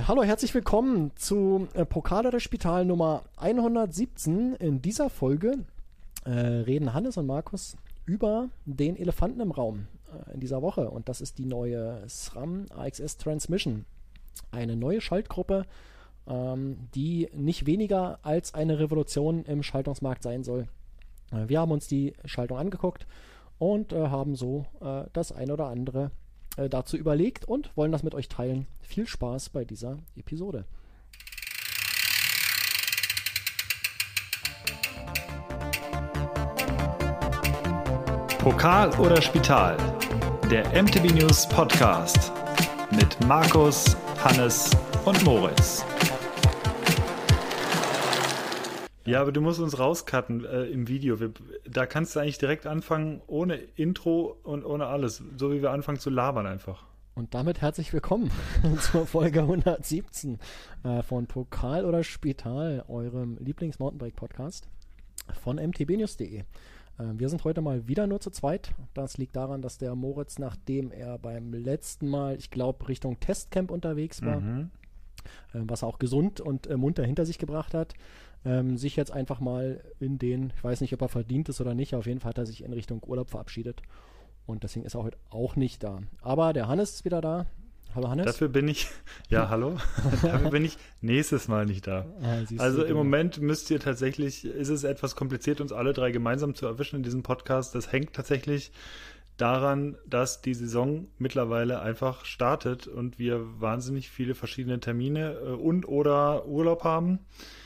Hallo, herzlich willkommen zu Pokal oder Spital Nummer 117. In dieser Folge reden Hannes und Markus über den Elefanten im Raum in dieser Woche. Und das ist die neue SRAM AXS Transmission. Eine neue Schaltgruppe, die nicht weniger als eine Revolution im Schaltungsmarkt sein soll. Wir haben uns die Schaltung angeguckt und haben so das ein oder andere dazu überlegt und wollen das mit euch teilen. Viel Spaß bei dieser Episode. Pokal oder Spital, der MTB News Podcast mit Markus, Hannes und Moritz. Ja, aber du musst uns rauscutten im Video. Da kannst du eigentlich direkt anfangen, ohne Intro und ohne alles. So wie wir anfangen zu labern einfach. Und damit herzlich willkommen zur Folge 117 von Pokal oder Spital, eurem Lieblings-Mountainbike-Podcast von mtbnews.de. Wir sind heute mal wieder nur zu zweit. Das liegt daran, dass der Moritz, nachdem er beim letzten Mal, ich glaube, Richtung Testcamp unterwegs war, was er auch gesund und munter hinter sich gebracht hat, sich jetzt einfach mal ich weiß nicht, ob er verdient ist oder nicht, auf jeden Fall hat er sich in Richtung Urlaub verabschiedet und deswegen ist er heute auch nicht da. Aber der Hannes ist wieder da. Hallo Hannes. Dafür bin ich nächstes Mal nicht da. Also im Moment ist es etwas kompliziert, uns alle drei gemeinsam zu erwischen in diesem Podcast. Das hängt tatsächlich daran, dass die Saison mittlerweile einfach startet und wir wahnsinnig viele verschiedene Termine und oder Urlaub haben.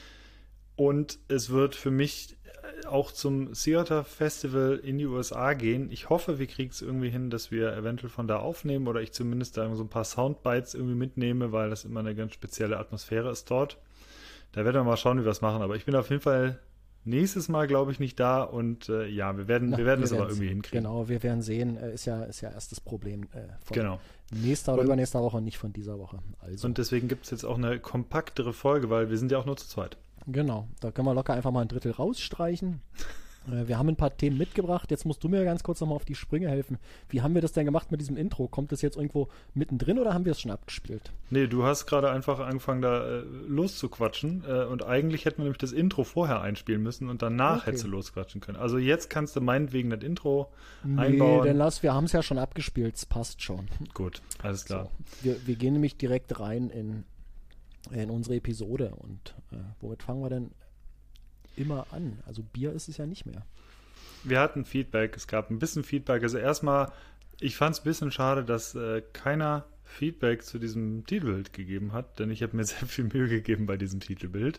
Und es wird für mich auch zum Theater Festival in die USA gehen. Ich hoffe, wir kriegen es irgendwie hin, dass wir eventuell von da aufnehmen oder ich zumindest da so ein paar Soundbites irgendwie mitnehme, weil das immer eine ganz spezielle Atmosphäre ist dort. Da werden wir mal schauen, wie wir es machen. Aber ich bin auf jeden Fall nächstes Mal, glaube ich, nicht da und wir werden das aber irgendwie hinkriegen. Genau, wir werden sehen. Ist ja erst das Problem von nächster oder übernächster Woche, nicht von dieser Woche. Also. Und deswegen gibt es jetzt auch eine kompaktere Folge, weil wir sind ja auch nur zu zweit. Genau, da können wir locker einfach mal ein Drittel rausstreichen. Wir haben ein paar Themen mitgebracht. Jetzt musst du mir ganz kurz nochmal auf die Sprünge helfen. Wie haben wir das denn gemacht mit diesem Intro? Kommt das jetzt irgendwo mittendrin oder haben wir es schon abgespielt? Nee, du hast gerade einfach angefangen, da loszuquatschen. Und eigentlich hätten wir nämlich das Intro vorher einspielen müssen und danach hättest du losquatschen können. Also jetzt kannst du meinetwegen das Intro einbauen. Nee, wir haben es ja schon abgespielt. Es passt schon. Gut, alles klar. So, wir gehen nämlich direkt rein in unsere Episode. Und womit fangen wir denn immer an? Also Bier ist es ja nicht mehr. Wir hatten Feedback, es gab ein bisschen Feedback. Also erstmal, ich fand es ein bisschen schade, dass keiner Feedback zu diesem Titelbild gegeben hat, denn ich habe mir sehr viel Mühe gegeben bei diesem Titelbild.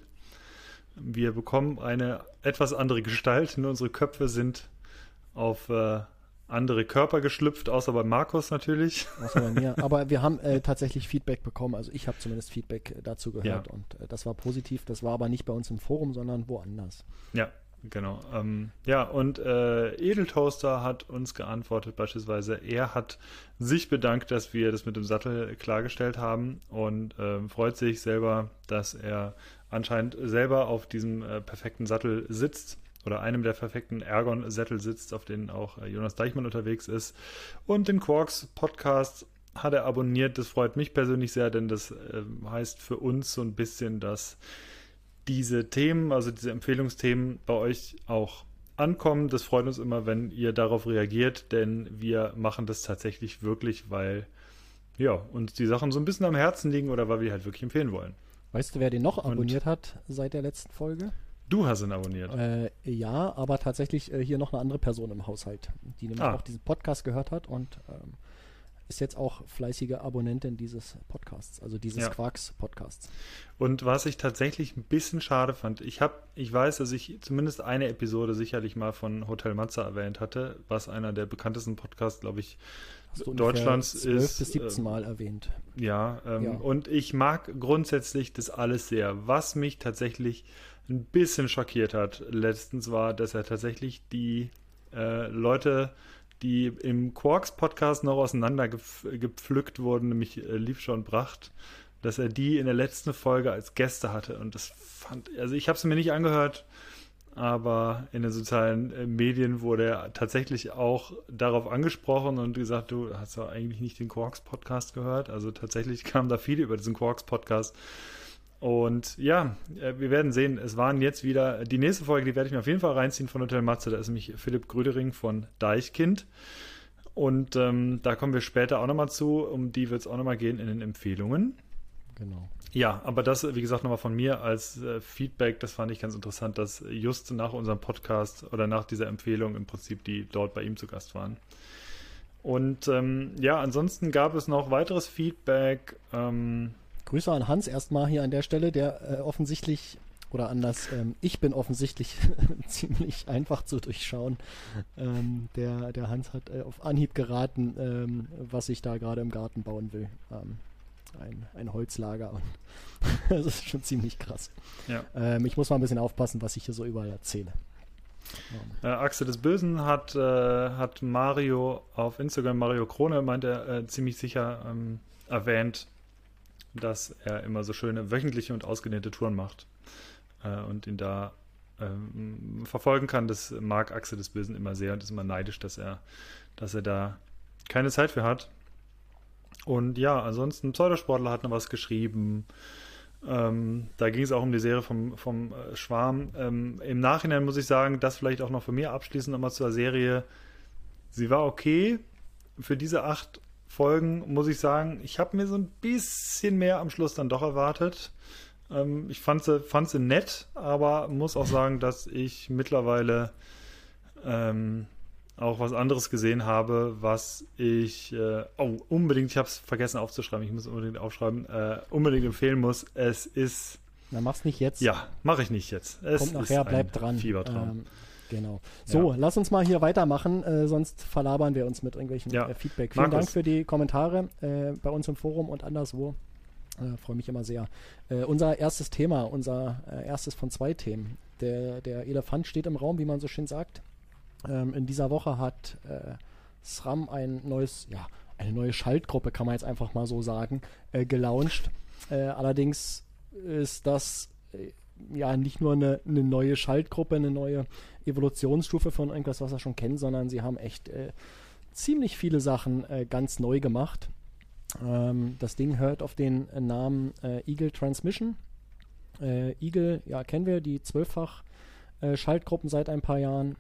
Wir bekommen eine etwas andere Gestalt, nur unsere Köpfe sind auf andere Körper geschlüpft, außer bei Markus natürlich. Außer bei mir. Aber wir haben tatsächlich Feedback bekommen. Also ich habe zumindest Feedback dazu gehört und das war positiv. Das war aber nicht bei uns im Forum, sondern woanders. Ja, genau. Und Edeltoaster hat uns geantwortet beispielsweise. Er hat sich bedankt, dass wir das mit dem Sattel klargestellt haben und freut sich selber, dass er anscheinend selber auf diesem perfekten Sattel sitzt. Oder einem der perfekten Ergon-Sättel sitzt, auf denen auch Jonas Deichmann unterwegs ist. Und den Quarks-Podcast hat er abonniert. Das freut mich persönlich sehr, denn das heißt für uns so ein bisschen, dass diese Themen, also diese Empfehlungsthemen bei euch auch ankommen. Das freut uns immer, wenn ihr darauf reagiert, denn wir machen das tatsächlich wirklich, weil uns die Sachen so ein bisschen am Herzen liegen oder weil wir halt wirklich empfehlen wollen. Weißt du, wer den noch abonniert hat seit der letzten Folge? Du hast ihn abonniert. Ja, aber tatsächlich hier noch eine andere Person im Haushalt, die nämlich auch diesen Podcast gehört hat und ist jetzt auch fleißige Abonnentin dieses Podcasts, also dieses Quarks-Podcasts. Und was ich tatsächlich ein bisschen schade fand, ich weiß, dass ich zumindest eine Episode sicherlich mal von Hotel Matze erwähnt hatte, was einer der bekanntesten Podcasts, glaube ich, Deutschlands 12 ist. bis 17 Mal erwähnt. Und ich mag grundsätzlich das alles sehr. Was mich tatsächlich ein bisschen schockiert hat letztens war, dass er tatsächlich die Leute, die im Quarks-Podcast noch auseinandergepflückt wurden, nämlich Liebscher und Bracht, dass er die in der letzten Folge als Gäste hatte. Und das ich habe es mir nicht angehört, aber in den sozialen Medien wurde er tatsächlich auch darauf angesprochen und gesagt, du hast ja eigentlich nicht den Quarks-Podcast gehört. Also tatsächlich kamen da viele über diesen Quarks-Podcast. Und ja, wir werden sehen, es waren jetzt wieder, die nächste Folge, die werde ich mir auf jeden Fall reinziehen von Hotel Matze, da ist nämlich Philipp Grödering von Deichkind. Und da kommen wir später auch nochmal zu, um die wird es auch nochmal gehen in den Empfehlungen. Genau. Ja, aber das, wie gesagt, nochmal von mir als Feedback, das fand ich ganz interessant, dass just nach unserem Podcast oder nach dieser Empfehlung im Prinzip die dort bei ihm zu Gast waren. Und ja, ansonsten gab es noch weiteres Feedback. Grüße an Hans erstmal hier an der Stelle, der offensichtlich, oder anders, ich bin offensichtlich ziemlich einfach zu durchschauen. Der Hans hat auf Anhieb geraten, was ich da gerade im Garten bauen will. Ein Holzlager und das ist schon ziemlich krass. Ja. Ich muss mal ein bisschen aufpassen, was ich hier so überall erzähle. Achse des Bösen hat Mario auf Instagram, Mario Krone, meint er ziemlich sicher erwähnt, dass er immer so schöne wöchentliche und ausgedehnte Touren macht und ihn da verfolgen kann. Das mag Achse des Bösen immer sehr und ist immer neidisch, dass er da keine Zeit für hat. Und ja, ansonsten Pseudosportler hat noch was geschrieben. Da ging es auch um die Serie vom Schwarm. Im Nachhinein muss ich sagen, das vielleicht auch noch von mir abschließend nochmal zur Serie. Sie war okay. Für diese 8 Folgen muss ich sagen, ich habe mir so ein bisschen mehr am Schluss dann doch erwartet. Ich fand sie nett, aber muss auch sagen, dass ich mittlerweile auch was anderes gesehen habe, was ich unbedingt, ich habe es vergessen aufzuschreiben, ich muss unbedingt aufschreiben, unbedingt empfehlen muss. Es ist... Na, mach's nicht jetzt. Ja, mache ich nicht jetzt. Es kommt nachher, bleibt dran. Fiebertraum. Genau. So, ja. Lass uns mal hier weitermachen, sonst verlabern wir uns mit irgendwelchen Feedback. Vielen Dank für die Kommentare bei uns im Forum und anderswo. Freue mich immer sehr. Unser erstes Thema, unser erstes von 2 Themen. Der Elefant steht im Raum, wie man so schön sagt. In dieser Woche hat SRAM eine neue Schaltgruppe, kann man jetzt einfach mal so sagen, gelauncht. Allerdings ist das nicht nur eine neue Schaltgruppe, eine neue Evolutionsstufe von irgendwas, was wir schon kennen, sondern sie haben echt ziemlich viele Sachen ganz neu gemacht. Das Ding hört auf den Namen Eagle Transmission. Eagle, kennen wir, die 12-fach Schaltgruppen seit ein paar Jahren.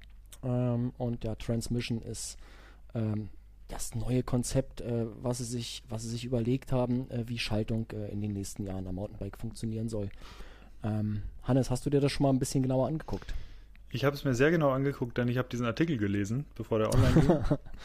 Und Transmission ist das neue Konzept, was sie sich überlegt haben, wie Schaltung in den nächsten Jahren am Mountainbike funktionieren soll. Hannes, hast du dir das schon mal ein bisschen genauer angeguckt? Ich habe es mir sehr genau angeguckt, denn ich habe diesen Artikel gelesen, bevor der online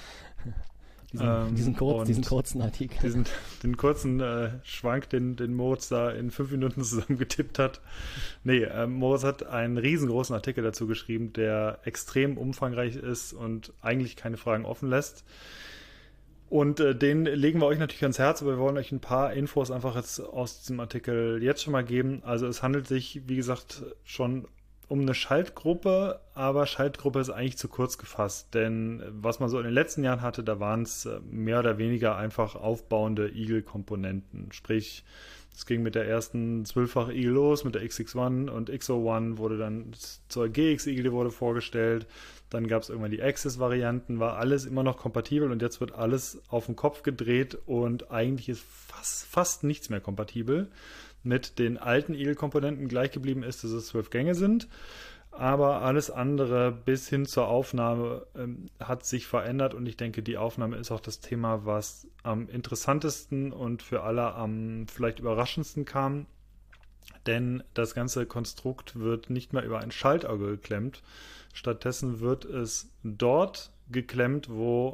ging. diesen kurzen Artikel. Den kurzen Schwank, den Moritz da in 5 Minuten zusammengetippt hat. Nee, Moritz hat einen riesengroßen Artikel dazu geschrieben, der extrem umfangreich ist und eigentlich keine Fragen offen lässt. Und den legen wir euch natürlich ans Herz, aber wir wollen euch ein paar Infos einfach jetzt aus diesem Artikel jetzt schon mal geben. Also es handelt sich, wie gesagt, schon um eine Schaltgruppe, aber Schaltgruppe ist eigentlich zu kurz gefasst, denn was man so in den letzten Jahren hatte, da waren es mehr oder weniger einfach aufbauende Eagle-Komponenten. Sprich, es ging mit der ersten 12-fach Eagle los, mit der XX1 und XO1 wurde dann zur GX Eagle wurde vorgestellt. Dann gab es irgendwann die Access-Varianten, war alles immer noch kompatibel und jetzt wird alles auf den Kopf gedreht und eigentlich ist fast nichts mehr kompatibel mit den alten Eagle-Komponenten. Gleich geblieben ist, dass es 12 Gänge sind, aber alles andere bis hin zur Aufnahme hat sich verändert und ich denke, die Aufnahme ist auch das Thema, was am interessantesten und für alle am vielleicht überraschendsten kam, denn das ganze Konstrukt wird nicht mehr über ein Schaltauge geklemmt, stattdessen wird es dort geklemmt, wo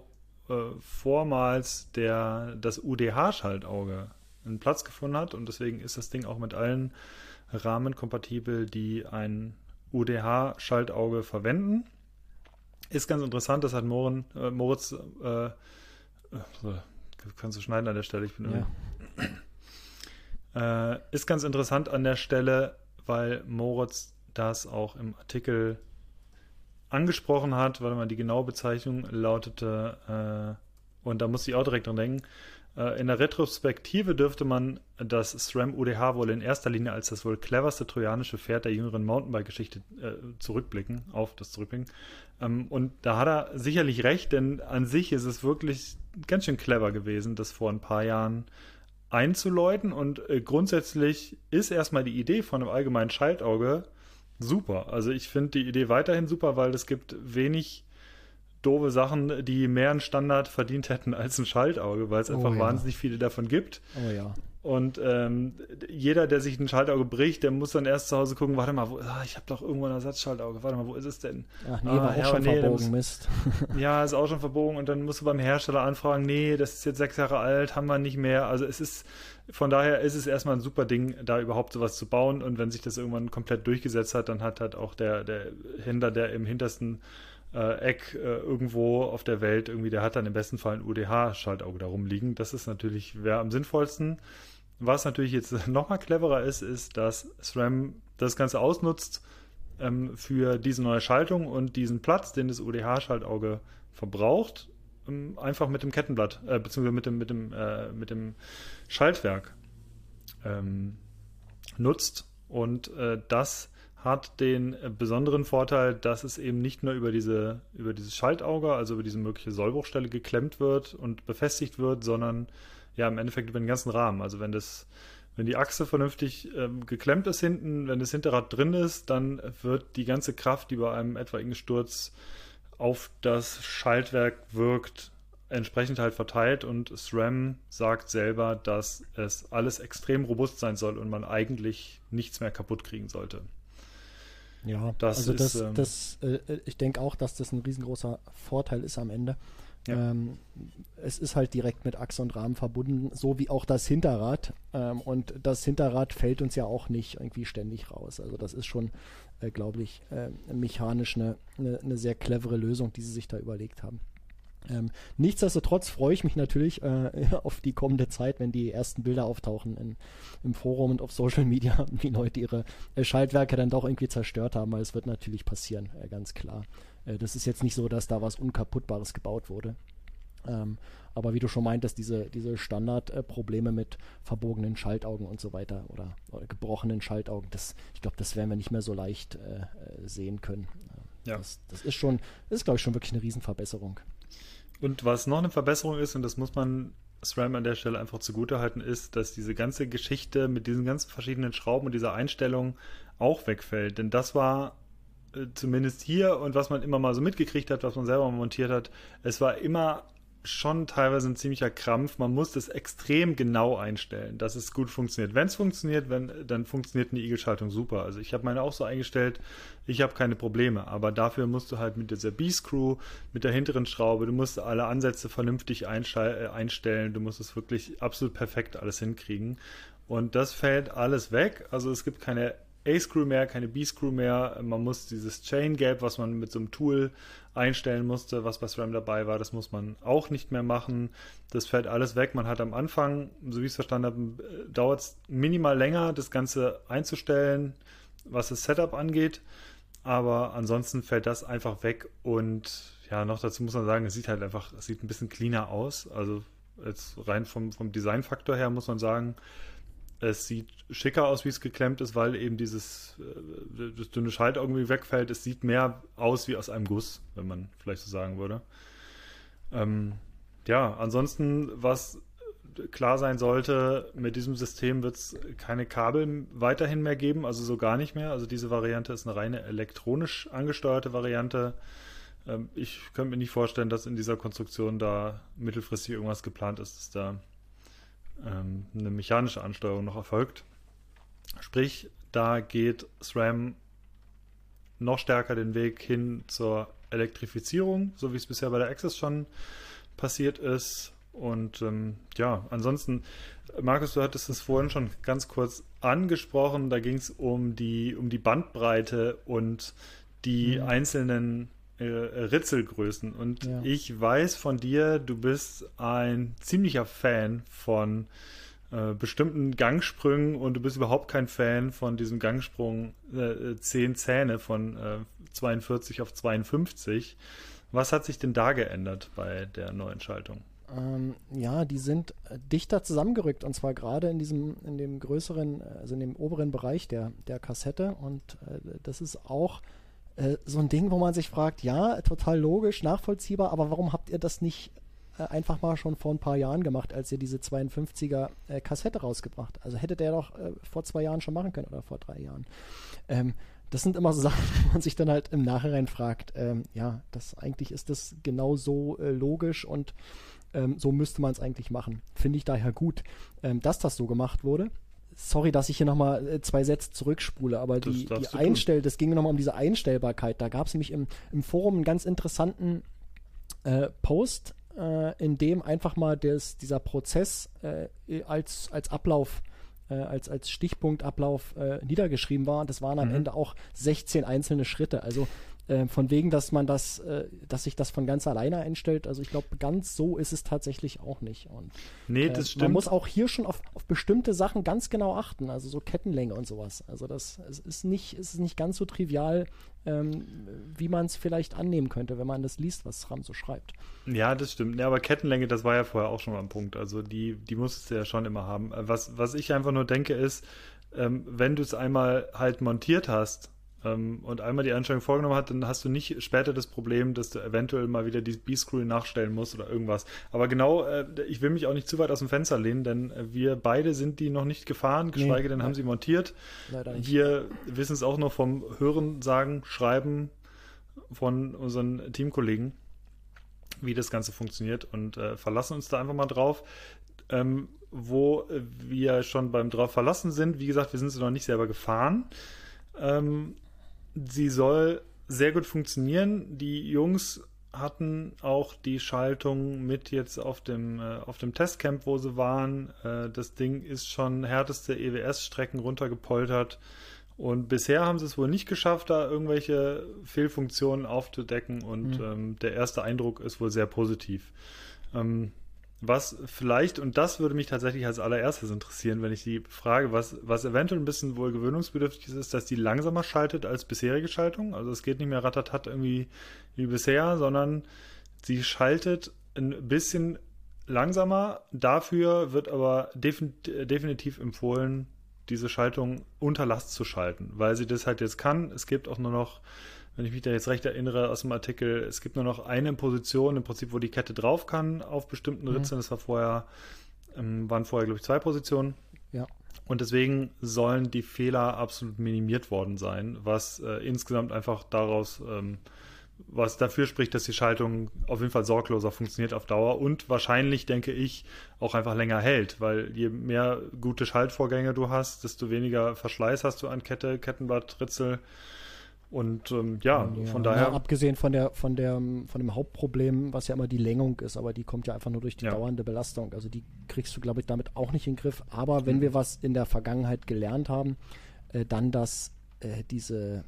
vormals das UDH-Schaltauge einen Platz gefunden hat und deswegen ist das Ding auch mit allen Rahmen kompatibel, die ein UDH-Schaltauge verwenden. Ist ganz interessant, das hat Moritz kannst du schneiden an der Stelle, ich bin ist ganz interessant an der Stelle, weil Moritz das auch im Artikel angesprochen hat, weil die genaue Bezeichnung lautete, und da musste ich auch direkt dran denken, In der Retrospektive dürfte man das SRAM UDH wohl in erster Linie als das wohl cleverste trojanische Pferd der jüngeren Mountainbike-Geschichte zurückblicken. Und da hat er sicherlich recht, denn an sich ist es wirklich ganz schön clever gewesen, das vor ein paar Jahren einzuläuten. Und grundsätzlich ist erstmal die Idee von einem allgemeinen Schaltauge super. Also ich finde die Idee weiterhin super, weil es gibt wenig doofe Sachen, die mehr einen Standard verdient hätten als ein Schaltauge, weil es einfach wahnsinnig viele davon gibt. Oh ja. Und jeder, der sich ein Schaltauge bricht, der muss dann erst zu Hause gucken, warte mal, ich habe doch irgendwo ein Ersatzschaltauge, warte mal, wo ist es denn? Ach nee, war auch schon verbogen, Mist. Ja, ist auch schon verbogen und dann musst du beim Hersteller anfragen, nee, das ist jetzt 6 Jahre alt, haben wir nicht mehr. Also von daher ist es erstmal ein super Ding, da überhaupt sowas zu bauen, und wenn sich das irgendwann komplett durchgesetzt hat, dann hat halt auch der Händler, der im hintersten Eck irgendwo auf der Welt irgendwie, der hat dann im besten Fall ein UDH-Schaltauge da rumliegen. Das ist natürlich, wäre am sinnvollsten. Was natürlich jetzt nochmal cleverer ist, dass SRAM das Ganze ausnutzt für diese neue Schaltung und diesen Platz, den das UDH-Schaltauge verbraucht, einfach mit dem Kettenblatt, beziehungsweise mit dem Schaltwerk nutzt. Und das hat den besonderen Vorteil, dass es eben nicht nur über dieses Schaltauge, also über diese mögliche Sollbruchstelle geklemmt wird und befestigt wird, sondern ja im Endeffekt über den ganzen Rahmen. Also wenn die Achse vernünftig geklemmt ist hinten, wenn das Hinterrad drin ist, dann wird die ganze Kraft, die bei einem etwaigen Sturz auf das Schaltwerk wirkt, entsprechend halt verteilt, und SRAM sagt selber, dass es alles extrem robust sein soll und man eigentlich nichts mehr kaputt kriegen sollte. Ja, ich denke auch, dass das ein riesengroßer Vorteil ist am Ende. Ja. Es ist halt direkt mit Achse und Rahmen verbunden, so wie auch das Hinterrad. Und das Hinterrad fällt uns ja auch nicht irgendwie ständig raus. Also das ist schon, glaube ich, mechanisch eine sehr clevere Lösung, die sie sich da überlegt haben. Nichtsdestotrotz freue ich mich natürlich auf die kommende Zeit, wenn die ersten Bilder auftauchen im Forum und auf Social Media, wie Leute ihre Schaltwerke dann doch irgendwie zerstört haben, weil es wird natürlich passieren, ganz klar. Das ist jetzt nicht so, dass da was Unkaputtbares gebaut wurde. Aber wie du schon meintest, diese Standardprobleme mit verbogenen Schaltaugen und so weiter oder gebrochenen Schaltaugen, ich glaube, das werden wir nicht mehr so leicht sehen können. Ja. Das ist, glaube ich, schon wirklich eine Riesenverbesserung. Und was noch eine Verbesserung ist, und das muss man SRAM an der Stelle einfach zugutehalten, ist, dass diese ganze Geschichte mit diesen ganzen verschiedenen Schrauben und dieser Einstellung auch wegfällt. Denn das war zumindest hier, und was man immer mal so mitgekriegt hat, was man selber montiert hat, es war immer schon teilweise ein ziemlicher Krampf. Man muss das extrem genau einstellen, dass es gut funktioniert. Wenn es funktioniert, dann funktioniert eine Igelschaltung super. Also ich habe meine auch so eingestellt, ich habe keine Probleme, aber dafür musst du halt mit dieser B-Screw, mit der hinteren Schraube, du musst alle Ansätze vernünftig einstellen, du musst es wirklich absolut perfekt alles hinkriegen, und das fällt alles weg. Also es gibt keine A-Screw mehr, keine B-Screw mehr. Man muss dieses Chain Gap, was man mit so einem Tool einstellen musste, was bei SRAM dabei war, das muss man auch nicht mehr machen. Das fällt alles weg. Man hat am Anfang, so wie ich es verstanden habe, dauert es minimal länger, das Ganze einzustellen, was das Setup angeht. Aber ansonsten fällt das einfach weg. Und ja, noch dazu muss man sagen, es sieht ein bisschen cleaner aus. Also jetzt rein vom Designfaktor her muss man sagen, es sieht schicker aus, wie es geklemmt ist, weil eben das dünne Schaltauge irgendwie wegfällt. Es sieht mehr aus wie aus einem Guss, wenn man vielleicht so sagen würde. Ansonsten, was klar sein sollte, mit diesem System wird es keine Kabel weiterhin mehr geben, also so gar nicht mehr. Also diese Variante ist eine reine elektronisch angesteuerte Variante. Ich könnte mir nicht vorstellen, dass in dieser Konstruktion da mittelfristig irgendwas geplant ist, dass da eine mechanische Ansteuerung noch erfolgt. Sprich, da geht SRAM noch stärker den Weg hin zur Elektrifizierung, so wie es bisher bei der Access schon passiert ist. Und ansonsten, Markus, du hattest es vorhin schon ganz kurz angesprochen, da ging es um die Bandbreite und die einzelnen Ritzelgrößen. Und ich weiß von dir, du bist ein ziemlicher Fan von bestimmten Gangsprüngen, und du bist überhaupt kein Fan von diesem Gangsprung 10 Zähne von 42 auf 52. Was hat sich denn da geändert bei der neuen Schaltung? ja, die sind dichter zusammengerückt und zwar gerade in dem größeren, also in dem oberen Bereich der Kassette und das ist auch so ein Ding, wo man sich fragt, ja, total logisch, nachvollziehbar, aber warum habt ihr das nicht einfach mal schon vor ein paar Jahren gemacht, als ihr diese 52er Kassette rausgebracht? Also hätte der doch vor 2 Jahren schon machen können oder vor 3 Jahren. Das sind immer so Sachen, wo man sich dann halt im Nachhinein fragt, ja, eigentlich ist das genau so logisch und so müsste man es eigentlich machen. Finde ich daher gut, dass das so gemacht wurde. Sorry, dass ich hier nochmal 2 Sätze zurückspule, aber das ging mir nochmal um diese Einstellbarkeit. Da gab es nämlich im Forum einen ganz interessanten Post, in dem einfach mal dieser Prozess als Ablauf, als Stichpunktablauf niedergeschrieben war. Und das waren am Ende auch 16 einzelne Schritte. Also von wegen, dass sich das von ganz alleine einstellt. Also ich glaube, ganz so ist es tatsächlich auch nicht. Und, nee, das stimmt. Man muss auch hier schon auf bestimmte Sachen ganz genau achten, also so Kettenlänge und sowas. Also es ist nicht ganz so trivial, wie man es vielleicht annehmen könnte, wenn man das liest, was SRAM so schreibt. Ja, das stimmt. Ja, aber Kettenlänge, das war ja vorher auch schon mal ein Punkt. Also die musstest du ja schon immer haben. Was ich einfach nur denke ist, wenn du es einmal halt montiert hast, und einmal die Einstellung vorgenommen hat, dann hast du nicht später das Problem, dass du eventuell mal wieder die B-Screw nachstellen musst oder irgendwas. Aber genau, ich will mich auch nicht zu weit aus dem Fenster lehnen, denn wir beide sind die noch nicht gefahren, geschweige denn haben sie montiert. Leider nicht. Wir wissen es auch noch vom Hören, Sagen, Schreiben von unseren Teamkollegen, wie das Ganze funktioniert und verlassen uns da einfach mal drauf. Wo wir schon beim drauf verlassen sind, wie gesagt, wir sind sie noch nicht selber gefahren. Sie soll sehr gut funktionieren. Die Jungs hatten auch die Schaltung mit jetzt auf dem Testcamp, wo sie waren. Das Ding ist schon härteste EWS-Strecken runtergepoltert. Und bisher haben sie es wohl nicht geschafft, da irgendwelche Fehlfunktionen aufzudecken. Und der erste Eindruck ist wohl sehr positiv. Was vielleicht, und das würde mich tatsächlich als allererstes interessieren, wenn ich die frage, was eventuell ein bisschen wohl gewöhnungsbedürftig ist, dass die langsamer schaltet als bisherige Schaltung. Also es geht nicht mehr ratatat irgendwie wie bisher, sondern sie schaltet ein bisschen langsamer. Dafür wird aber definitiv empfohlen, diese Schaltung unter Last zu schalten, weil sie das halt jetzt kann. Es gibt auch nur noch, wenn ich mich da jetzt recht erinnere aus dem Artikel, es gibt nur noch eine Position im Prinzip, wo die Kette drauf kann auf bestimmten Ritzeln. Das waren vorher, glaube ich, 2 Positionen. Ja. Und deswegen sollen die Fehler absolut minimiert worden sein, was insgesamt einfach daraus, was dafür spricht, dass die Schaltung auf jeden Fall sorgloser funktioniert auf Dauer und wahrscheinlich, denke ich, auch einfach länger hält, weil je mehr gute Schaltvorgänge du hast, desto weniger Verschleiß hast du an Kette, Kettenblatt, Ritzel. Und von daher. Ja, abgesehen von dem Hauptproblem, was ja immer die Längung ist, aber die kommt ja einfach nur durch die dauernde Belastung. Also die kriegst du, glaube ich, damit auch nicht in den Griff. Aber wenn wir was in der Vergangenheit gelernt haben, dann, dass diese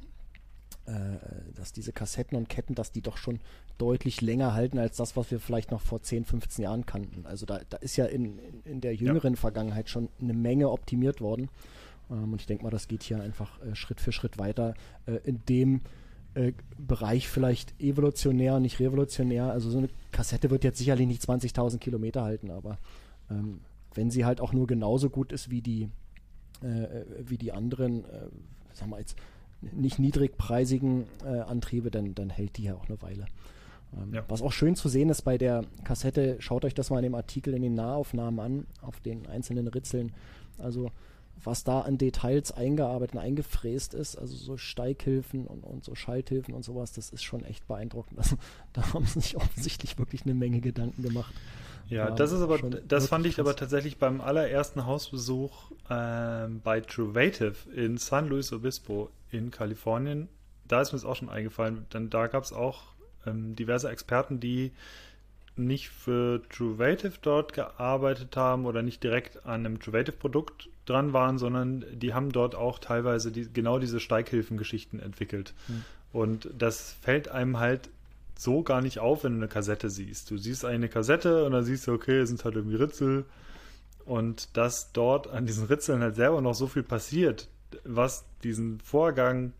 Kassetten und Ketten, dass die doch schon deutlich länger halten als das, was wir vielleicht noch vor 10, 15 Jahren kannten. Also da ist ja in der jüngeren Vergangenheit schon eine Menge optimiert worden. Und ich denke mal, das geht hier einfach Schritt für Schritt weiter in dem Bereich vielleicht evolutionär, nicht revolutionär. Also so eine Kassette wird jetzt sicherlich nicht 20.000 Kilometer halten, aber wenn sie halt auch nur genauso gut ist wie die anderen, sagen wir jetzt, nicht niedrigpreisigen Antriebe, dann hält die ja auch eine Weile. Was auch schön zu sehen ist bei der Kassette, schaut euch das mal in dem Artikel in den Nahaufnahmen an, auf den einzelnen Ritzeln. Also was da an Details eingearbeitet und eingefräst ist, also so Steighilfen und so Schalthilfen und sowas, das ist schon echt beeindruckend. Also, da haben sie sich offensichtlich wirklich eine Menge Gedanken gemacht. Ja, das fand ich aber tatsächlich beim allerersten Hausbesuch bei Truvative in San Luis Obispo in Kalifornien. Da ist mir das auch schon eingefallen, denn da gab es auch diverse Experten, die nicht für Truvative dort gearbeitet haben oder nicht direkt an einem Truvative-Produkt dran waren, sondern die haben dort auch teilweise genau diese Steighilfen-Geschichten entwickelt. Und das fällt einem halt so gar nicht auf, wenn du eine Kassette siehst. Du siehst eine Kassette und dann siehst du, okay, es sind halt irgendwie Ritzel und dass dort an diesen Ritzeln halt selber noch so viel passiert, was diesen Vorgang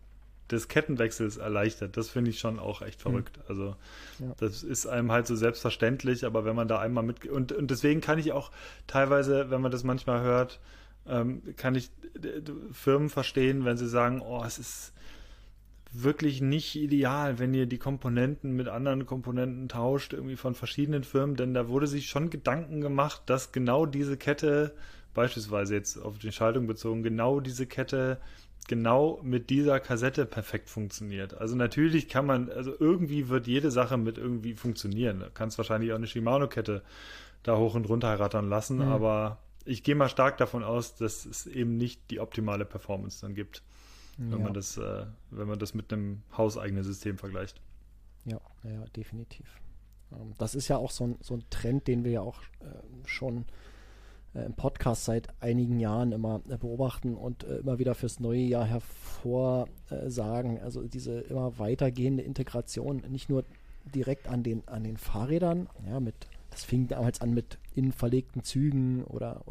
des Kettenwechsels erleichtert. Das finde ich schon auch echt verrückt. Also das ist einem halt so selbstverständlich, aber wenn man da einmal und deswegen kann ich auch teilweise, wenn man das manchmal hört, kann ich Firmen verstehen, wenn sie sagen, oh, es ist wirklich nicht ideal, wenn ihr die Komponenten mit anderen Komponenten tauscht, irgendwie von verschiedenen Firmen, denn da wurde sich schon Gedanken gemacht, dass genau diese Kette, beispielsweise jetzt auf die Schaltung bezogen, genau diese Kette genau mit dieser Kassette perfekt funktioniert. Also natürlich kann man, also irgendwie wird jede Sache mit irgendwie funktionieren. Du kannst wahrscheinlich auch eine Shimano-Kette da hoch und runter rattern lassen, aber ich gehe mal stark davon aus, dass es eben nicht die optimale Performance dann gibt. Wenn man das mit einem hauseigenen System vergleicht. Ja, definitiv. Das ist ja auch so ein Trend, den wir ja auch schon im Podcast seit einigen Jahren immer beobachten und immer wieder fürs neue Jahr hervorsagen. Also diese immer weitergehende Integration, nicht nur direkt an den Fahrrädern, das fing damals an mit innen verlegten Zügen oder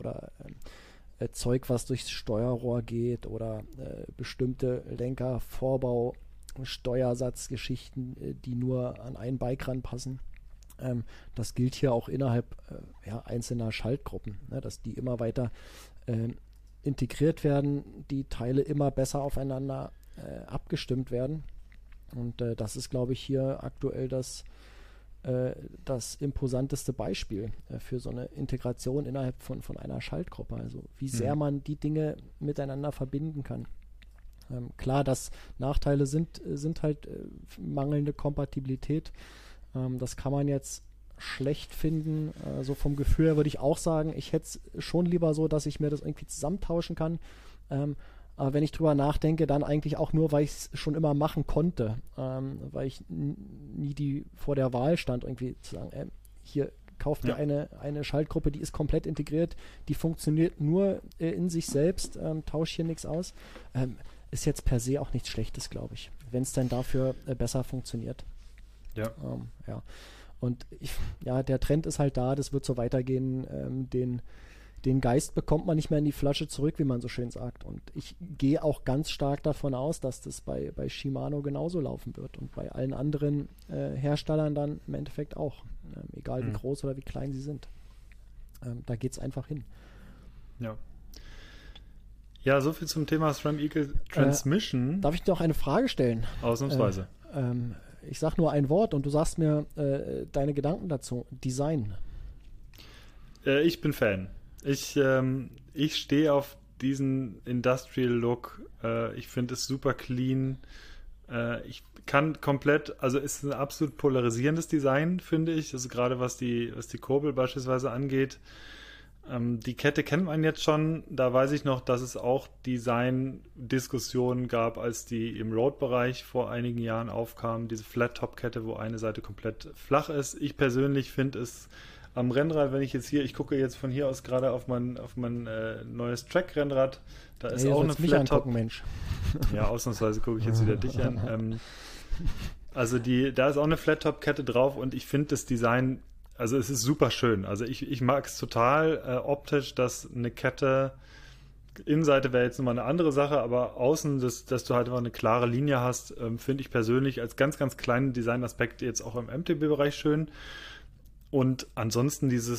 Zeug, was durchs Steuerrohr geht oder bestimmte Lenker, Vorbau, Steuersatzgeschichten, die nur an ein Bike ranpassen. Das gilt hier auch innerhalb einzelner Schaltgruppen, dass die immer weiter integriert werden, die Teile immer besser aufeinander abgestimmt werden. Und das ist, glaube ich, hier aktuell das imposanteste Beispiel für so eine Integration innerhalb von einer Schaltgruppe. Also wie sehr man die Dinge miteinander verbinden kann. Klar, dass Nachteile sind halt mangelnde Kompatibilität. Das kann man jetzt schlecht finden. So vom Gefühl her würde ich auch sagen, ich hätte es schon lieber so, dass ich mir das irgendwie zusammentauschen kann. Aber wenn ich drüber nachdenke, dann eigentlich auch nur, weil ich es schon immer machen konnte, weil ich nie vor der Wahl stand, irgendwie zu sagen, hier kauft ihr eine Schaltgruppe, die ist komplett integriert, die funktioniert nur in sich selbst, tauscht hier nichts aus. Ist jetzt per se auch nichts Schlechtes, glaube ich, wenn es dann dafür besser funktioniert. Ja. Und der Trend ist halt da, das wird so weitergehen, den Geist bekommt man nicht mehr in die Flasche zurück, wie man so schön sagt. Und ich gehe auch ganz stark davon aus, dass das bei Shimano genauso laufen wird und bei allen anderen Herstellern dann im Endeffekt auch. Egal wie groß oder wie klein sie sind. Da geht es einfach hin. Ja. Ja, so viel zum Thema SRAM Eagle Transmission. Darf ich dir noch eine Frage stellen? Ausnahmsweise. Ich sage nur ein Wort und du sagst mir deine Gedanken dazu. Design. Ich bin Fan. Ich stehe auf diesen Industrial Look. Ich finde es super clean. Ich kann komplett, also es ist ein absolut polarisierendes Design, finde ich. Also gerade was die Kurbel beispielsweise angeht. Die Kette kennt man jetzt schon. Da weiß ich noch, dass es auch Design-Diskussionen gab, als die im Road-Bereich vor einigen Jahren aufkam. Diese Flat-Top-Kette, wo eine Seite komplett flach ist. Ich persönlich finde es am Rennrad, wenn ich gucke jetzt von hier aus gerade auf mein neues Track-Rennrad, da ist auch eine Flat-Top. Mensch. Ja, ausnahmsweise gucke ich jetzt wieder dich an. Also da ist auch eine Flat-Top-Kette drauf und ich finde das Design, also es ist super schön. Also ich mag es total optisch, dass eine Kette, Innenseite wäre jetzt nochmal eine andere Sache, aber außen, dass du halt einfach eine klare Linie hast, finde ich persönlich als ganz, ganz kleinen Designaspekt jetzt auch im MTB-Bereich schön. Und ansonsten diese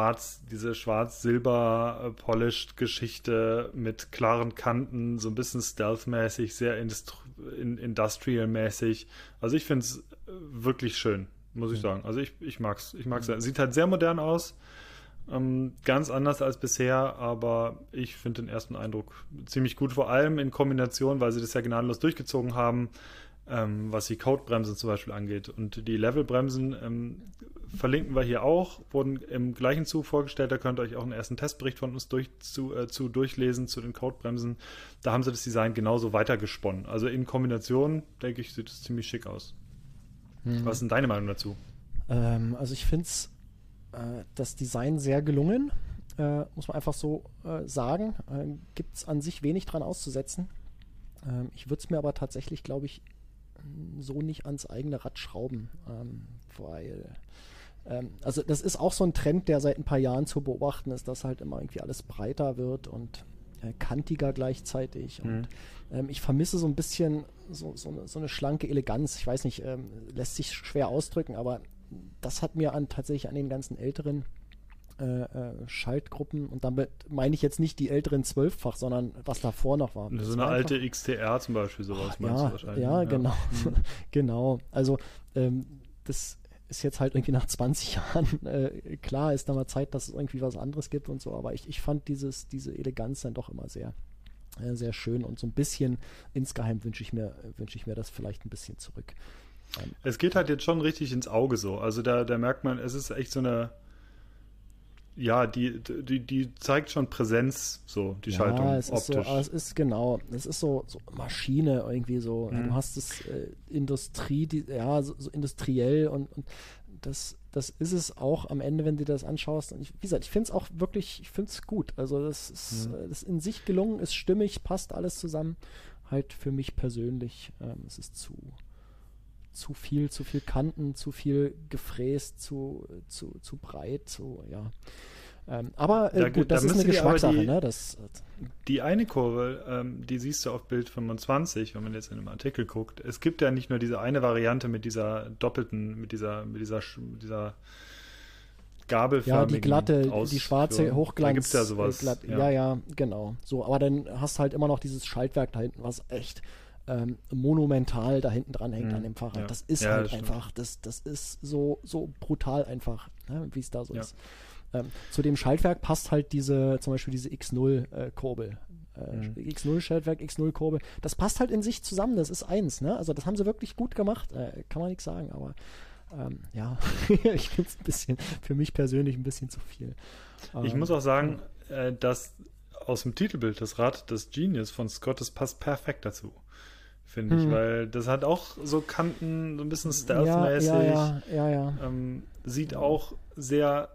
schwarz-silber-polished-Geschichte mit klaren Kanten, so ein bisschen stealth-mäßig, sehr industrial-mäßig. Also ich finde es wirklich schön, muss ich sagen. Also ich mag's. Sieht halt sehr modern aus, ganz anders als bisher, aber ich finde den ersten Eindruck ziemlich gut, vor allem in Kombination, weil sie das ja gnadenlos durchgezogen haben, was die Codebremsen zum Beispiel angeht. Und die Levelbremsen verlinken wir hier auch, wurden im gleichen Zug vorgestellt. Da könnt ihr euch auch einen ersten Testbericht von uns durchlesen zu den Codebremsen. Da haben sie das Design genauso weitergesponnen. Also in Kombination, denke ich, sieht es ziemlich schick aus. Was ist denn deine Meinung dazu? Also ich finde das Design sehr gelungen, muss man einfach so sagen. Gibt es an sich wenig dran auszusetzen. Ich würde es mir aber tatsächlich, glaube ich, so nicht ans eigene Rad schrauben, weil also das ist auch so ein Trend, der seit ein paar Jahren zu beobachten ist, dass halt immer irgendwie alles breiter wird und kantiger gleichzeitig. Und ich vermisse so ein bisschen so eine schlanke Eleganz. Ich weiß nicht, lässt sich schwer ausdrücken, aber das hat mir tatsächlich an den ganzen älteren Schaltgruppen, und damit meine ich jetzt nicht die älteren 12-fach, sondern was davor noch war. So eine alte XTR zum Beispiel, sowas meinst du wahrscheinlich. Ja, genau. Genau. Also das ist jetzt halt irgendwie nach 20 Jahren, klar ist da mal Zeit, dass es irgendwie was anderes gibt und so, aber ich fand diese Eleganz dann doch immer sehr, sehr schön, und so ein bisschen insgeheim wünsche ich mir das vielleicht ein bisschen zurück. Es geht halt jetzt schon richtig ins Auge so, also da merkt man, es ist echt so eine, ja, die zeigt schon Präsenz, so, die Schaltung es optisch. Ist so, es ist genau, es ist so Maschine irgendwie so. Du hast es Industrie, so industriell, und das ist es auch am Ende, wenn du das anschaust. Und wie gesagt, ich finde es auch wirklich, ich finde es gut. Also das ist in sich gelungen, ist stimmig, passt alles zusammen. Halt für mich persönlich, es ist zu viel Kanten, zu viel gefräst, zu breit, ja. Aber gut, das ist eine Geschmackssache, ne? Die eine Kurve, die siehst du auf Bild 25, wenn man jetzt in einem Artikel guckt. Es gibt ja nicht nur diese eine Variante mit dieser doppelten, mit dieser gabelförmigen, ja, die glatte, die schwarze Hochglanz. Da gibt es ja sowas. Ja, genau. So, aber dann hast du halt immer noch dieses Schaltwerk da hinten, was echt monumental da hinten dran hängt an dem Fahrrad. Ja. Das ist ja, halt das einfach, das ist so brutal einfach, ne, wie es da so ist. Zu dem Schaltwerk passt halt zum Beispiel diese X0-Kurbel. X0-Schaltwerk, X0-Kurbel. Das passt halt in sich zusammen, das ist eins, ne? Also das haben sie wirklich gut gemacht, kann man nichts sagen, aber ja, ich finde es für mich persönlich ein bisschen zu viel. Ich muss auch sagen, dass aus dem Titelbild das Rad, das Genius von Scott, das passt perfekt dazu, finde ich, weil das hat auch so Kanten, so ein bisschen stealth-mäßig. Ja. Sieht auch sehr